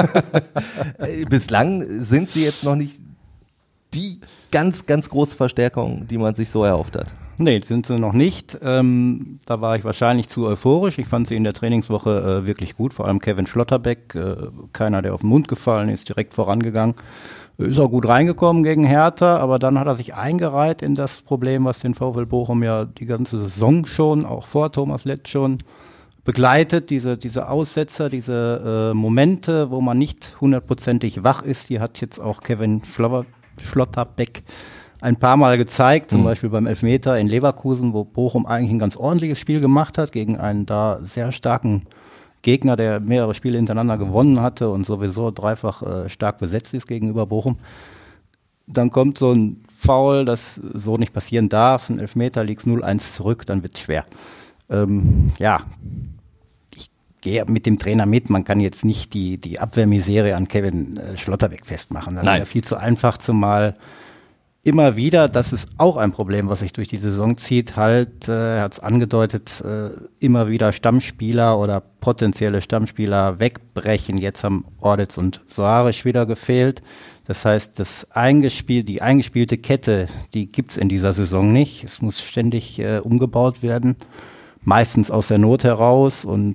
bislang sind sie jetzt noch nicht die ganz, ganz große Verstärkung, die man sich so erhofft hat. Nee, sind sie noch nicht. Ähm, da war ich wahrscheinlich zu euphorisch. Ich fand sie in der Trainingswoche äh, wirklich gut, vor allem Kevin Schlotterbeck. Äh, keiner, der auf den Mund gefallen ist, direkt vorangegangen. Ist auch gut reingekommen gegen Hertha, aber dann hat er sich eingereiht in das Problem, was den VfL Bochum ja die ganze Saison schon, auch vor Thomas Letsch schon, begleitet, diese, diese Aussetzer, diese äh, Momente, wo man nicht hundertprozentig wach ist, die hat jetzt auch Kevin Schlotter, Schlotterbeck ein paar Mal gezeigt, zum mhm. Beispiel beim Elfmeter in Leverkusen, wo Bochum eigentlich ein ganz ordentliches Spiel gemacht hat, gegen einen da sehr starken Gegner, der mehrere Spiele hintereinander gewonnen hatte und sowieso dreifach äh, stark besetzt ist gegenüber Bochum. Dann kommt so ein Foul, das so nicht passieren darf, ein Elfmeter, liegt's null eins zurück, dann wird's schwer. Ähm, ja, ich gehe mit dem Trainer mit. Man kann jetzt nicht die, die Abwehrmisere an Kevin äh, Schlotterbeck festmachen. Das Nein. ist ja viel zu einfach, zumal immer wieder, das ist auch ein Problem, was sich durch die Saison zieht, halt, äh, er hat es angedeutet, äh, immer wieder Stammspieler oder potenzielle Stammspieler wegbrechen. Jetzt haben Ordetz und Soares wieder gefehlt. Das heißt, das eingespiel, die eingespielte Kette, die gibt's in dieser Saison nicht. Es muss ständig äh, umgebaut werden, meistens aus der Not heraus, und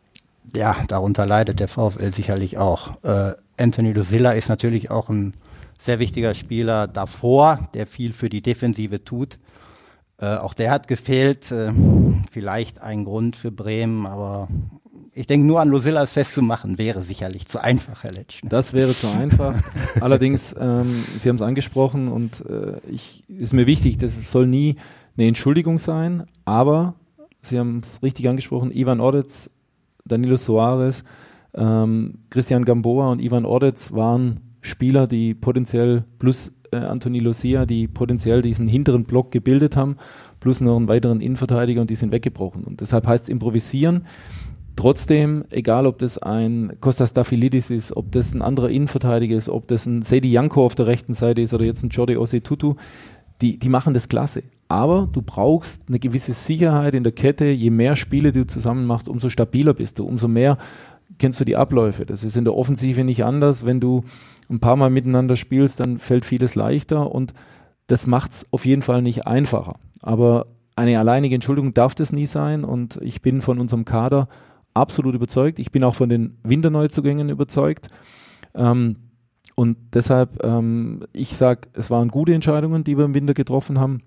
ja, darunter leidet der VfL sicherlich auch. Äh, Anthony Lucilla ist natürlich auch ein sehr wichtiger Spieler davor, der viel für die Defensive tut. Äh, auch der hat gefehlt. Äh, vielleicht ein Grund für Bremen, aber ich denke, nur an Lucilla festzumachen, wäre sicherlich zu einfach, Herr Letsch. Das wäre zu einfach. Allerdings, ähm, Sie haben es angesprochen und äh, ich, ist mir wichtig, dass es soll nie eine Entschuldigung sein, aber Sie haben es richtig angesprochen, Ivan Ordetz, Danilo Soares, ähm, Christian Gamboa und Ivan Ordetz waren Spieler, die potenziell, plus äh, Anthony Lucia, die potenziell diesen hinteren Block gebildet haben, plus noch einen weiteren Innenverteidiger, und die sind weggebrochen. Und deshalb heißt es improvisieren. Trotzdem, egal ob das ein Kostas Stafylidis ist, ob das ein anderer Innenverteidiger ist, ob das ein Sedi Janko auf der rechten Seite ist oder jetzt ein Jordi Osei-Tutu, die, die machen das klasse. Aber du brauchst eine gewisse Sicherheit in der Kette. Je mehr Spiele du zusammen machst, umso stabiler bist du, umso mehr kennst du die Abläufe. Das ist in der Offensive nicht anders. Wenn du ein paar Mal miteinander spielst, dann fällt vieles leichter, und das macht es auf jeden Fall nicht einfacher. Aber eine alleinige Entschuldigung darf das nie sein, und ich bin von unserem Kader absolut überzeugt. Ich bin auch von den Winterneuzugängen überzeugt. Ähm, und deshalb, ähm, ich sage, es waren gute Entscheidungen, die wir im Winter getroffen haben,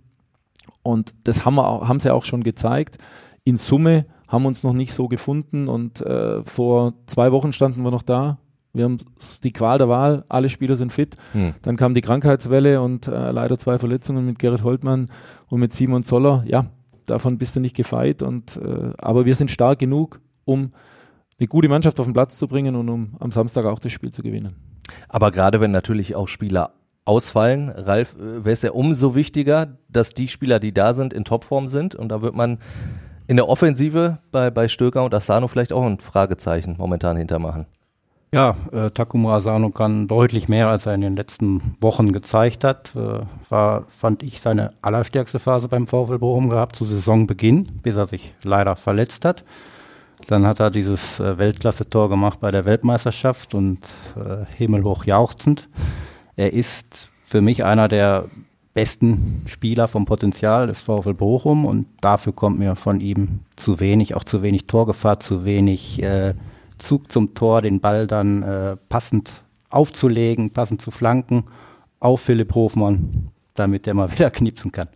und das haben, wir auch, haben sie auch schon gezeigt. In Summe haben wir uns noch nicht so gefunden, und äh, vor zwei Wochen standen wir noch da. Wir haben die Qual der Wahl, alle Spieler sind fit. Hm. Dann kam die Krankheitswelle und äh, leider zwei Verletzungen mit Gerrit Holtmann und mit Simon Zoller. Ja, davon bist du nicht gefeit. Und, äh, aber wir sind stark genug, um eine gute Mannschaft auf den Platz zu bringen und um am Samstag auch das Spiel zu gewinnen. Aber gerade wenn natürlich auch Spieler ausfallen, Ralf, wäre es ja umso wichtiger, dass die Spieler, die da sind, in Topform sind. Und da wird man in der Offensive bei, bei Stöger und Asano vielleicht auch ein Fragezeichen momentan hintermachen. Ja, äh, Takuma Asano kann deutlich mehr, als er in den letzten Wochen gezeigt hat. Äh, war, fand ich, seine allerstärkste Phase beim VfL Bochum gehabt zu Saisonbeginn, bis er sich leider verletzt hat. Dann hat er dieses äh, Weltklasse-Tor gemacht bei der Weltmeisterschaft und äh, himmelhoch jauchzend. Er ist für mich einer der besten Spieler vom Potenzial des VfL Bochum, und dafür kommt mir von ihm zu wenig, auch zu wenig Torgefahr, zu wenig äh, Zug zum Tor, den Ball dann äh, passend aufzulegen, passend zu flanken auf Philipp Hofmann, damit der mal wieder knipsen kann.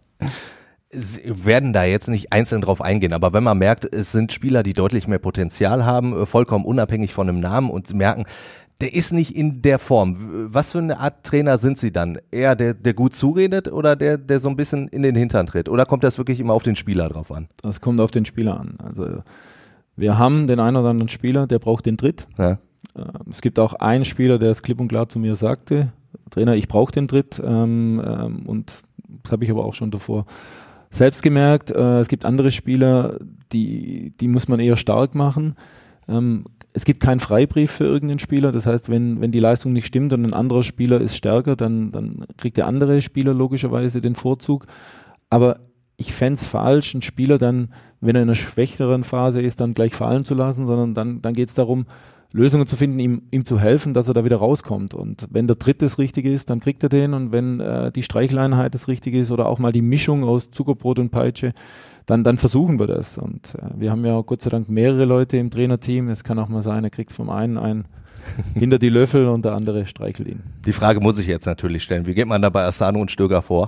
Sie werden da jetzt nicht einzeln drauf eingehen, aber wenn man merkt, es sind Spieler, die deutlich mehr Potenzial haben, vollkommen unabhängig von einem Namen, und sie merken, der ist nicht in der Form. Was für eine Art Trainer sind Sie dann? Eher der, der gut zuredet, oder der, der so ein bisschen in den Hintern tritt? Oder kommt das wirklich immer auf den Spieler drauf an? Das kommt auf den Spieler an. Also wir haben den einen oder anderen Spieler, der braucht den Tritt. Ja. Es gibt auch einen Spieler, der es klipp und klar zu mir sagte, Trainer, ich brauche den Tritt, ähm, ähm, und das habe ich aber auch schon davor selbst gemerkt. Äh, es gibt andere Spieler, die, die muss man eher stark machen. Ähm, es gibt keinen Freibrief für irgendeinen Spieler, das heißt, wenn, wenn die Leistung nicht stimmt und ein anderer Spieler ist stärker, dann, dann kriegt der andere Spieler logischerweise den Vorzug. Aber ich fände es falsch, einen Spieler dann, wenn er in einer schwächeren Phase ist, dann gleich fallen zu lassen, sondern dann, dann geht es darum, Lösungen zu finden, ihm, ihm zu helfen, dass er da wieder rauskommt. Und wenn der Tritt das Richtige ist, dann kriegt er den. Und wenn äh, die Streicheleinheit das Richtige ist oder auch mal die Mischung aus Zuckerbrot und Peitsche, dann, dann versuchen wir das. Und äh, wir haben ja Gott sei Dank mehrere Leute im Trainerteam. Es kann auch mal sein, er kriegt vom einen einen hinter die Löffel und der andere streichelt ihn. Die Frage muss ich jetzt natürlich stellen. Wie geht man da bei Asano und Stöger vor?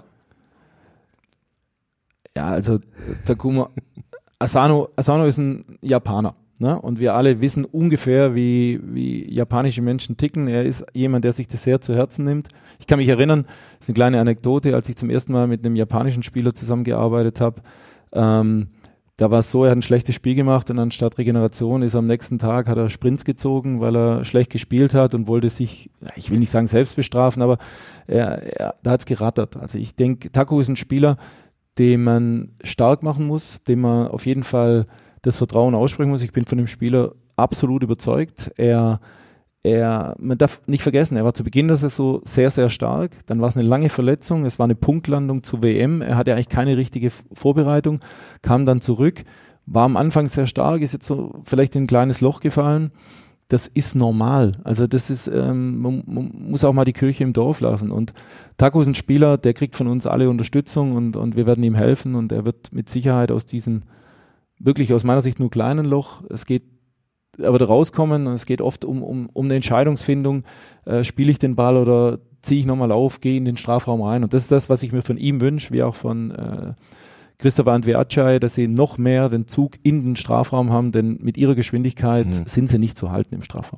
Ja, also Takuma, Asano, Asano ist ein Japaner. Ne? Und wir alle wissen ungefähr, wie, wie japanische Menschen ticken. Er ist jemand, der sich das sehr zu Herzen nimmt. Ich kann mich erinnern, das ist eine kleine Anekdote, als ich zum ersten Mal mit einem japanischen Spieler zusammengearbeitet habe. Ähm, da war es so, er hat ein schlechtes Spiel gemacht und anstatt Regeneration ist am nächsten Tag, hat er Sprints gezogen, weil er schlecht gespielt hat und wollte sich, ich will nicht sagen selbst bestrafen, aber er, er, da hat es gerattert. Also ich denke, Taku ist ein Spieler, den man stark machen muss, dem man auf jeden Fall das Vertrauen aussprechen muss. Ich bin von dem Spieler absolut überzeugt. Er, er, man darf nicht vergessen, er war zu Beginn der Saison sehr, sehr stark. Dann war es eine lange Verletzung, es war eine Punktlandung zur W M. Er hatte eigentlich keine richtige Vorbereitung, kam dann zurück, war am Anfang sehr stark, ist jetzt so vielleicht in ein kleines Loch gefallen. Das ist normal. Also das ist, ähm, man, man muss auch mal die Kirche im Dorf lassen. Und Taco ist ein Spieler, der kriegt von uns alle Unterstützung und, und wir werden ihm helfen und er wird mit Sicherheit aus diesem wirklich aus meiner Sicht nur kleinen Loch, es geht aber da rauskommen und es geht oft um, um, um eine Entscheidungsfindung, äh, spiele ich den Ball oder ziehe ich nochmal auf, gehe in den Strafraum rein und das ist das, was ich mir von ihm wünsche, wie auch von äh, Christopher Antwiacai, dass sie noch mehr den Zug in den Strafraum haben, denn mit ihrer Geschwindigkeit mhm. sind sie nicht zu halten im Strafraum.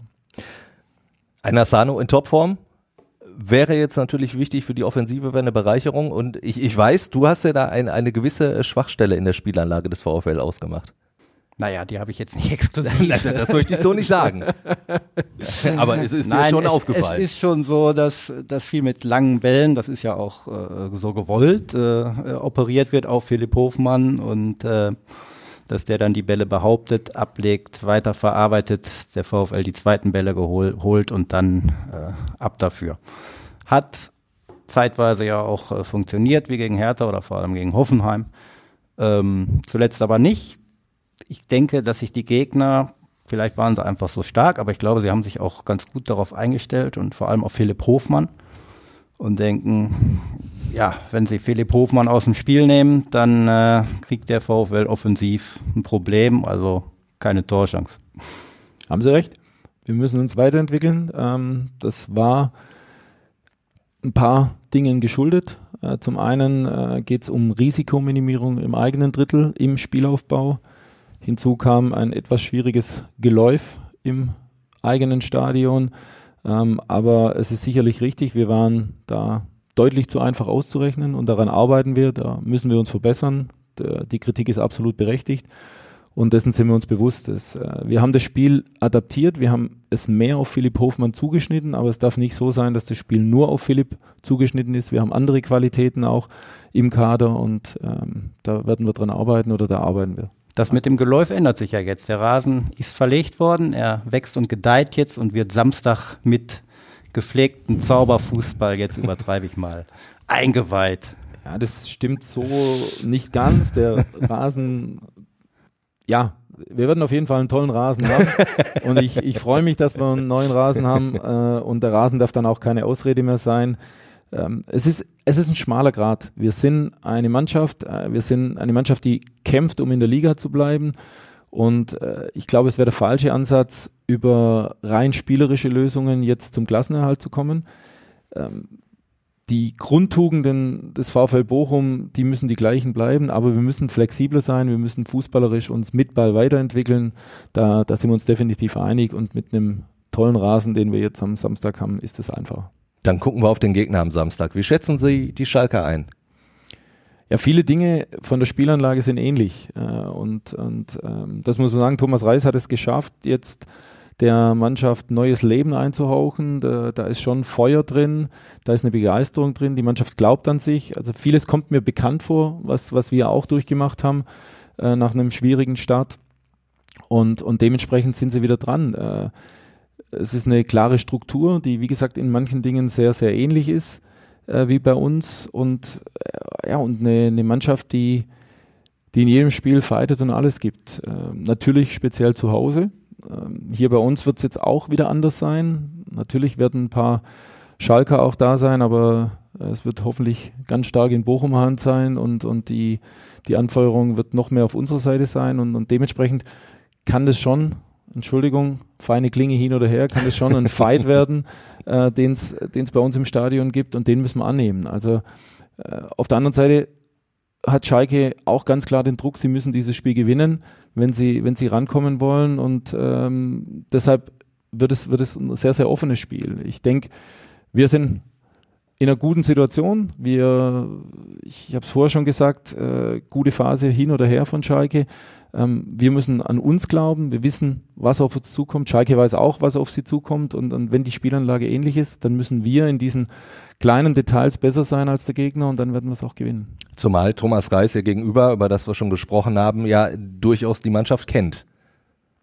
Ein Asano in Topform wäre jetzt natürlich wichtig für die Offensive, wäre eine Bereicherung und ich, ich weiß, du hast ja da ein, eine gewisse Schwachstelle in der Spielanlage des VfL ausgemacht. Naja, die habe ich jetzt nicht exklusiv. Das möchte ich so nicht sagen. Aber es ist Nein, dir schon es, aufgefallen. Es ist schon so, dass das viel mit langen Bällen, das ist ja auch äh, so gewollt, äh, operiert wird auf Philipp Hofmann und äh, dass der dann die Bälle behauptet, ablegt, weiterverarbeitet, der VfL die zweiten Bälle gehol, holt und dann äh, ab dafür. Hat zeitweise ja auch äh, funktioniert, wie gegen Hertha oder vor allem gegen Hoffenheim. Ähm, zuletzt aber nicht. Ich denke, dass sich die Gegner, vielleicht waren sie einfach so stark, aber ich glaube, sie haben sich auch ganz gut darauf eingestellt und vor allem auf Philipp Hofmann und denken, ja, wenn sie Philipp Hofmann aus dem Spiel nehmen, dann äh, kriegt der VfL offensiv ein Problem, also keine Torchance. Haben Sie recht. Wir müssen uns weiterentwickeln. Ähm, das war ein paar Dingen geschuldet. Äh, zum einen äh, geht es um Risikominimierung im eigenen Drittel, im Spielaufbau. Hinzu kam ein etwas schwieriges Geläuf im eigenen Stadion, ähm, aber es ist sicherlich richtig, wir waren da deutlich zu einfach auszurechnen und daran arbeiten wir, da müssen wir uns verbessern, der, die Kritik ist absolut berechtigt und dessen sind wir uns bewusst. Dass, äh, wir haben das Spiel adaptiert, wir haben es mehr auf Philipp Hofmann zugeschnitten, aber es darf nicht so sein, dass das Spiel nur auf Philipp zugeschnitten ist, wir haben andere Qualitäten auch im Kader und ähm, da werden wir dran arbeiten oder da arbeiten wir. Das mit dem Geläuf ändert sich ja jetzt. Der Rasen ist verlegt worden, er wächst und gedeiht jetzt und wird Samstag mit gepflegtem Zauberfußball, jetzt übertreibe ich mal, eingeweiht. Ja, das stimmt so nicht ganz. Der Rasen, ja, wir werden auf jeden Fall einen tollen Rasen haben und ich, ich freue mich, dass wir einen neuen Rasen haben äh, und der Rasen darf dann auch keine Ausrede mehr sein. Ähm, es ist, es ist ein schmaler Grat. Wir sind eine Mannschaft, äh, wir sind eine Mannschaft, die kämpft, um in der Liga zu bleiben. Und äh, ich glaube, es wäre der falsche Ansatz, über rein spielerische Lösungen jetzt zum Klassenerhalt zu kommen. Ähm, die Grundtugenden des VfL Bochum, die müssen die gleichen bleiben, aber wir müssen flexibler sein, wir müssen fußballerisch uns mit Ball weiterentwickeln. Da, da sind wir uns definitiv einig und mit einem tollen Rasen, den wir jetzt am Samstag haben, ist es einfach. Dann gucken wir auf den Gegner am Samstag. Wie schätzen Sie die Schalker ein? Ja, viele Dinge von der Spielanlage sind ähnlich. Äh, und und ähm, das muss man sagen, Thomas Reis hat es geschafft, jetzt der Mannschaft neues Leben einzuhauchen. Da, da ist schon Feuer drin, da ist eine Begeisterung drin. Die Mannschaft glaubt an sich. Also vieles kommt mir bekannt vor, was, was wir auch durchgemacht haben äh, nach einem schwierigen Start. Und, und dementsprechend sind sie wieder dran. Äh, Es ist eine klare Struktur, die, wie gesagt, in manchen Dingen sehr, sehr ähnlich ist äh, wie bei uns und, äh, ja, und eine, eine Mannschaft, die, die in jedem Spiel fightet und alles gibt. Äh, natürlich speziell zu Hause. Äh, hier bei uns wird es jetzt auch wieder anders sein. Natürlich werden ein paar Schalker auch da sein, aber äh, es wird hoffentlich ganz stark in Bochumer Hand sein und, und die, die Anfeuerung wird noch mehr auf unserer Seite sein und, und dementsprechend kann das schon, Entschuldigung, feine Klinge hin oder her, kann das schon ein Fight werden, äh, den es bei uns im Stadion gibt und den müssen wir annehmen. Also äh, auf der anderen Seite hat Schalke auch ganz klar den Druck, sie müssen dieses Spiel gewinnen, wenn sie, wenn sie rankommen wollen und ähm, deshalb wird es, wird es ein sehr, sehr offenes Spiel. Ich denke, wir sind in einer guten Situation. Wir, ich habe es vorher schon gesagt, äh, gute Phase hin oder her von Schalke. Ähm, wir müssen an uns glauben. Wir wissen, was auf uns zukommt. Schalke weiß auch, was auf sie zukommt. Und, und wenn die Spielanlage ähnlich ist, dann müssen wir in diesen kleinen Details besser sein als der Gegner und dann werden wir es auch gewinnen. Zumal Thomas Reis ja gegenüber, über das wir schon gesprochen haben, ja durchaus die Mannschaft kennt.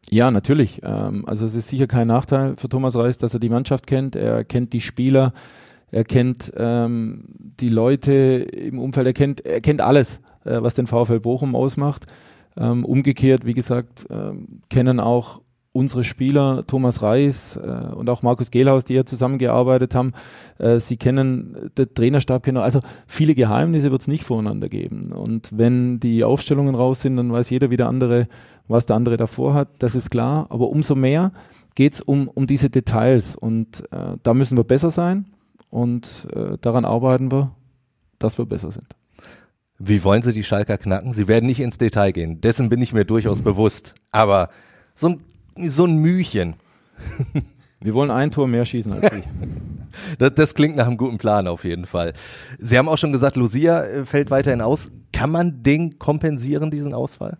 Ja, natürlich. Ähm, also es ist sicher kein Nachteil für Thomas Reis, dass er die Mannschaft kennt. Er kennt die Spieler, er kennt ähm, die Leute im Umfeld, er kennt, er kennt alles, äh, was den VfL Bochum ausmacht. Ähm, umgekehrt, wie gesagt, ähm, kennen auch unsere Spieler, Thomas Reis äh, und auch Markus Gehlhaus, die ja zusammengearbeitet haben. Äh, sie kennen, der Trainerstab kennt, also viele Geheimnisse wird es nicht voneinander geben. Und wenn die Aufstellungen raus sind, dann weiß jeder, wie der andere, was der andere davor hat. Das ist klar. Aber umso mehr geht es um, um diese Details. Und äh, da müssen wir besser sein. Und äh, daran arbeiten wir, dass wir besser sind. Wie wollen Sie die Schalker knacken? Sie werden nicht ins Detail gehen. Dessen bin ich mir durchaus mhm. bewusst. Aber so ein So ein Mühchen. Wir wollen ein Tor mehr schießen als Sie. das, das klingt nach einem guten Plan auf jeden Fall. Sie haben auch schon gesagt, Lucia fällt weiterhin aus. Kann man den kompensieren, diesen Ausfall?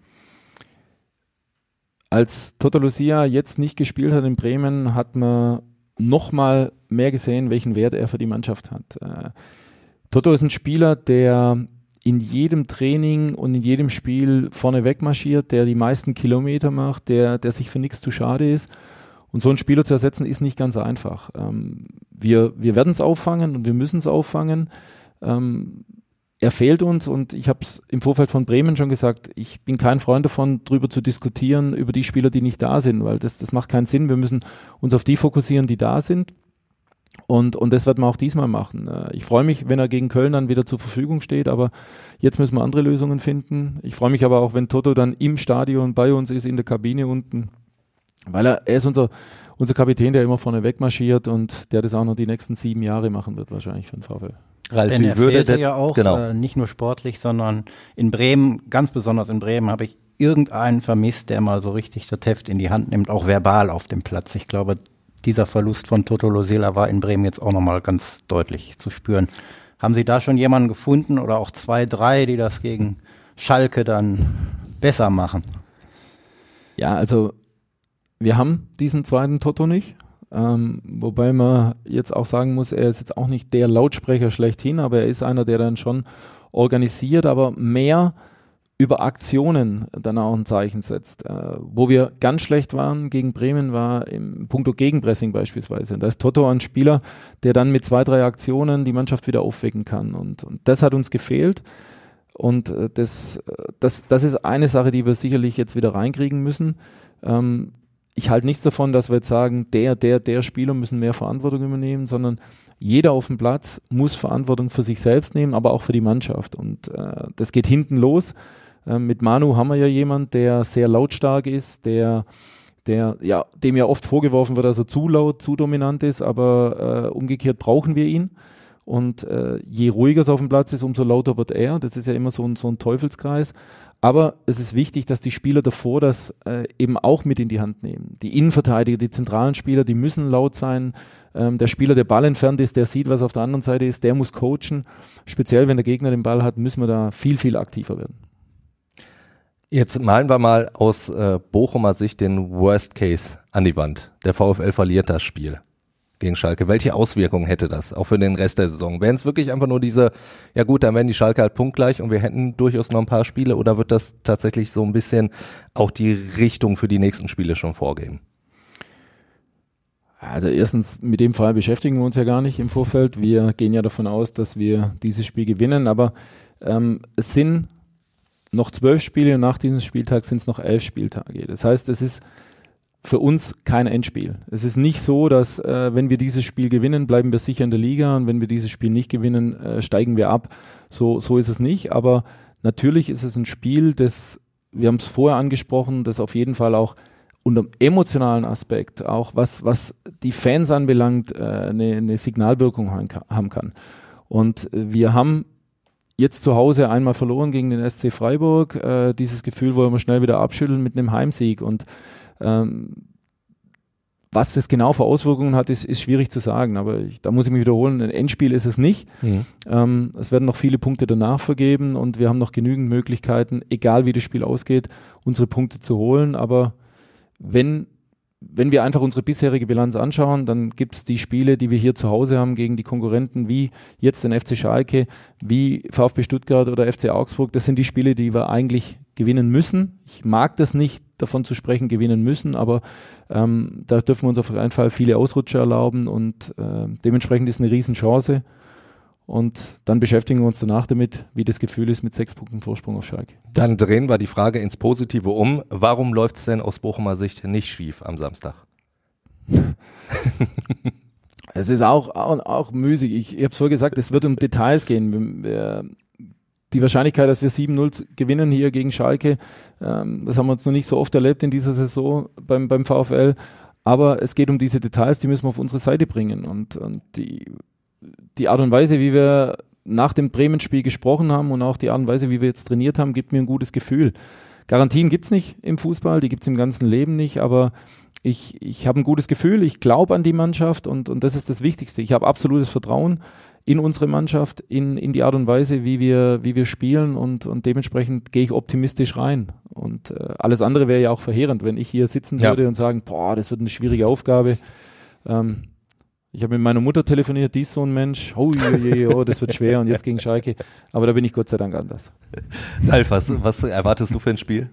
Als Toto Lucia jetzt nicht gespielt hat in Bremen, hat man noch mal mehr gesehen, welchen Wert er für die Mannschaft hat. Äh, Toto ist ein Spieler, der in jedem Training und in jedem Spiel vorne weg marschiert, der die meisten Kilometer macht, der, der sich für nichts zu schade ist. Und so einen Spieler zu ersetzen, ist nicht ganz einfach. Ähm, wir wir werden es auffangen und wir müssen es auffangen. Ähm, er fehlt uns und ich habe es im Vorfeld von Bremen schon gesagt, ich bin kein Freund davon, darüber zu diskutieren, über die Spieler, die nicht da sind, weil das, das macht keinen Sinn. Wir müssen uns auf die fokussieren, die da sind. Und, und das wird man auch diesmal machen. Ich freue mich, wenn er gegen Köln dann wieder zur Verfügung steht, aber jetzt müssen wir andere Lösungen finden. Ich freue mich aber auch, wenn Toto dann im Stadion bei uns ist, in der Kabine unten, weil er, er ist unser, unser Kapitän, der immer vorne wegmarschiert und der das auch noch die nächsten sieben Jahre machen wird, wahrscheinlich für den VfL. Ralf, Denn er würde fehlte ja auch, genau. äh, nicht nur sportlich, sondern in Bremen, ganz besonders in Bremen, habe ich irgendeinen vermisst, der mal so richtig das Heft in die Hand nimmt, auch verbal auf dem Platz. Ich glaube, dieser Verlust von Toto Losela war in Bremen jetzt auch nochmal ganz deutlich zu spüren. Haben Sie da schon jemanden gefunden oder auch zwei, drei, die das gegen Schalke dann besser machen? Ja, also wir haben diesen zweiten Toto nicht. Ähm, wobei man jetzt auch sagen muss, er ist jetzt auch nicht der Lautsprecher schlechthin, aber er ist einer, der dann schon organisiert, aber mehr über Aktionen dann auch ein Zeichen setzt. Äh, wo wir ganz schlecht waren gegen Bremen war im Punkto Gegenpressing beispielsweise. Da ist Toto ein Spieler, der dann mit zwei, drei Aktionen die Mannschaft wieder aufwecken kann. Und, und das hat uns gefehlt. Und äh, das, das, das ist eine Sache, die wir sicherlich jetzt wieder reinkriegen müssen. Ähm, ich halte nichts davon, dass wir jetzt sagen, der, der, der Spieler müssen mehr Verantwortung übernehmen, sondern jeder auf dem Platz muss Verantwortung für sich selbst nehmen, aber auch für die Mannschaft. Und äh, das geht hinten los. Mit Manu haben wir ja jemanden, der sehr lautstark ist, der, der, ja, dem ja oft vorgeworfen wird, dass er zu laut, zu dominant ist, aber äh, umgekehrt brauchen wir ihn. Und äh, je ruhiger es auf dem Platz ist, umso lauter wird er. Das ist ja immer so ein, so ein Teufelskreis. Aber es ist wichtig, dass die Spieler davor das äh, eben auch mit in die Hand nehmen. Die Innenverteidiger, die zentralen Spieler, die müssen laut sein. Ähm, der Spieler, der Ball entfernt ist, der sieht, was auf der anderen Seite ist, der muss coachen. Speziell, wenn der Gegner den Ball hat, müssen wir da viel, viel aktiver werden. Jetzt malen wir mal aus äh, Bochumer Sicht den Worst Case an die Wand. Der VfL verliert das Spiel gegen Schalke. Welche Auswirkungen hätte das auch für den Rest der Saison? Wären es wirklich einfach nur diese, ja gut, dann wären die Schalke halt punktgleich und wir hätten durchaus noch ein paar Spiele, oder wird das tatsächlich so ein bisschen auch die Richtung für die nächsten Spiele schon vorgeben? Also erstens, mit dem Fall beschäftigen wir uns ja gar nicht im Vorfeld. Wir gehen ja davon aus, dass wir dieses Spiel gewinnen, aber ähm, es sind noch zwölf Spiele und nach diesem Spieltag sind es noch elf Spieltage. Das heißt, es ist für uns kein Endspiel. Es ist nicht so, dass äh, wenn wir dieses Spiel gewinnen, bleiben wir sicher in der Liga und wenn wir dieses Spiel nicht gewinnen, äh, steigen wir ab. So, so ist es nicht, aber natürlich ist es ein Spiel, das, wir haben es vorher angesprochen, das auf jeden Fall auch unter dem emotionalen Aspekt, auch was, was die Fans anbelangt, äh, eine, eine Signalwirkung haben kann. Und wir haben jetzt zu Hause einmal verloren gegen den S C Freiburg. Äh, dieses Gefühl wollen wir schnell wieder abschütteln mit einem Heimsieg. Und ähm, was das genau für Auswirkungen hat, ist, ist schwierig zu sagen. Aber ich, da muss ich mich wiederholen, ein Endspiel ist es nicht. Mhm. Ähm, es werden noch viele Punkte danach vergeben und wir haben noch genügend Möglichkeiten, egal wie das Spiel ausgeht, unsere Punkte zu holen. Aber wenn wenn wir einfach unsere bisherige Bilanz anschauen, dann gibt es die Spiele, die wir hier zu Hause haben gegen die Konkurrenten, wie jetzt den F C Schalke, wie VfB Stuttgart oder F C Augsburg. Das sind die Spiele, die wir eigentlich gewinnen müssen. Ich mag das nicht, davon zu sprechen, gewinnen müssen, aber ähm, da dürfen wir uns auf jeden Fall viele Ausrutscher erlauben und äh, dementsprechend ist eine Riesenchance. Und dann beschäftigen wir uns danach damit, wie das Gefühl ist mit sechs Punkten Vorsprung auf Schalke. Dann drehen wir die Frage ins Positive um. Warum läuft es denn aus Bochumer Sicht nicht schief am Samstag? Es ist auch, auch, auch müßig. Ich, ich habe es vorher gesagt, es wird um Details gehen. Wir, die Wahrscheinlichkeit, dass wir sieben null gewinnen hier gegen Schalke, ähm, das haben wir uns noch nicht so oft erlebt in dieser Saison beim, beim VfL. Aber es geht um diese Details, die müssen wir auf unsere Seite bringen. Und, und die Die Art und Weise, wie wir nach dem Bremen-Spiel gesprochen haben und auch die Art und Weise, wie wir jetzt trainiert haben, gibt mir ein gutes Gefühl. Garantien gibt es nicht im Fußball, die gibt es im ganzen Leben nicht, aber ich, ich habe ein gutes Gefühl, ich glaube an die Mannschaft und, und das ist das Wichtigste. Ich habe absolutes Vertrauen in unsere Mannschaft, in, in die Art und Weise, wie wir, wie wir spielen und, und dementsprechend gehe ich optimistisch rein. Und äh, alles andere wäre ja auch verheerend, wenn ich hier sitzen ja. würde und sagen, boah, das wird eine schwierige Aufgabe. Ähm, Ich habe mit meiner Mutter telefoniert, die ist so ein Mensch, oh, je, je, oh, das wird schwer und jetzt gegen Schalke. Aber da bin ich Gott sei Dank anders. Ralf, was, was erwartest du für ein Spiel?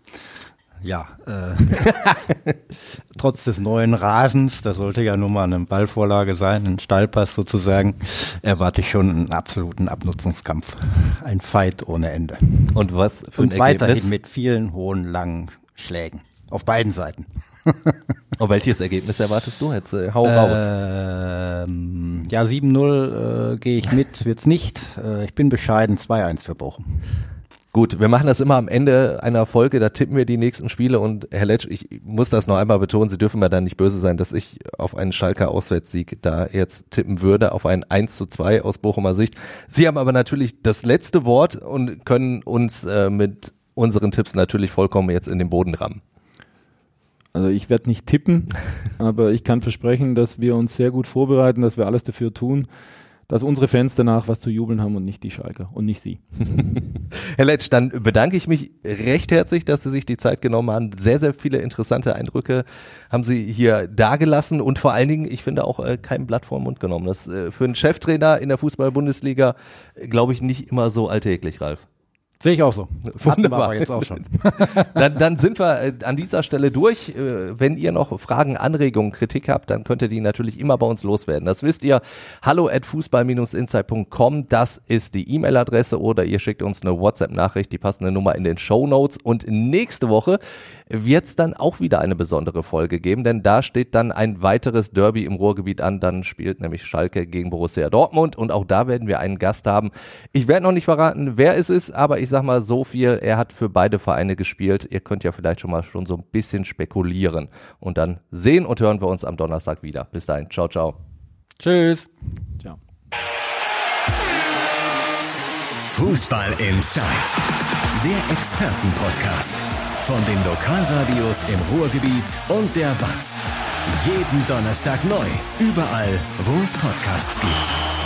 Ja, äh, trotz des neuen Rasens, das sollte ja nun mal eine Ballvorlage sein, ein Steilpass sozusagen, erwarte ich schon einen absoluten Abnutzungskampf. Ein Fight ohne Ende. Und was für ein und weiterhin Ergebnis? mit vielen hohen, langen Schlägen. Auf beiden Seiten. Und welches Ergebnis erwartest du jetzt? Hau raus. Ähm, ja, sieben null äh, gehe ich mit, wird's nicht. Äh, ich bin bescheiden, zwei eins für Bochum. Gut, wir machen das immer am Ende einer Folge, da tippen wir die nächsten Spiele und Herr Letsch, ich muss das noch einmal betonen, Sie dürfen mir dann nicht böse sein, dass ich auf einen Schalker Auswärtssieg da jetzt tippen würde, auf ein eins zu zwei aus Bochumer Sicht. Sie haben aber natürlich das letzte Wort und können uns äh, mit unseren Tipps natürlich vollkommen jetzt in den Boden rammen. Also ich werde nicht tippen, aber ich kann versprechen, dass wir uns sehr gut vorbereiten, dass wir alles dafür tun, dass unsere Fans danach was zu jubeln haben und nicht die Schalker und nicht Sie. Herr Letsch, dann bedanke ich mich recht herzlich, dass Sie sich die Zeit genommen haben. Sehr, sehr viele interessante Eindrücke haben Sie hier dargelassen und vor allen Dingen, ich finde auch äh, kein Blatt vor den Mund genommen. Das äh, für einen Cheftrainer in der Fußball-Bundesliga, äh, glaube ich, nicht immer so alltäglich, Ralf. Sehe ich auch so. Wunderbar. Wir aber jetzt auch schon. dann, dann sind wir äh, an dieser Stelle durch. Äh, wenn ihr noch Fragen, Anregungen, Kritik habt, dann könnt ihr die natürlich immer bei uns loswerden. Das wisst ihr. hallo at fußball Bindestrich insight punkt com. Das ist die E-Mail-Adresse oder ihr schickt uns eine WhatsApp-Nachricht, die passende Nummer in den Shownotes. Und nächste Woche wird es dann auch wieder eine besondere Folge geben, denn da steht dann ein weiteres Derby im Ruhrgebiet an. Dann spielt nämlich Schalke gegen Borussia Dortmund und auch da werden wir einen Gast haben. Ich werde noch nicht verraten, wer es ist, aber ich sag mal so viel, er hat für beide Vereine gespielt. Ihr könnt ja vielleicht schon mal schon so ein bisschen spekulieren. Und dann sehen und hören wir uns am Donnerstag wieder. Bis dahin, ciao, ciao. Tschüss. Ciao. Fußball Inside, der Expertenpodcast von den Lokalradios im Ruhrgebiet und der W A Z. Jeden Donnerstag neu, überall, wo es Podcasts gibt.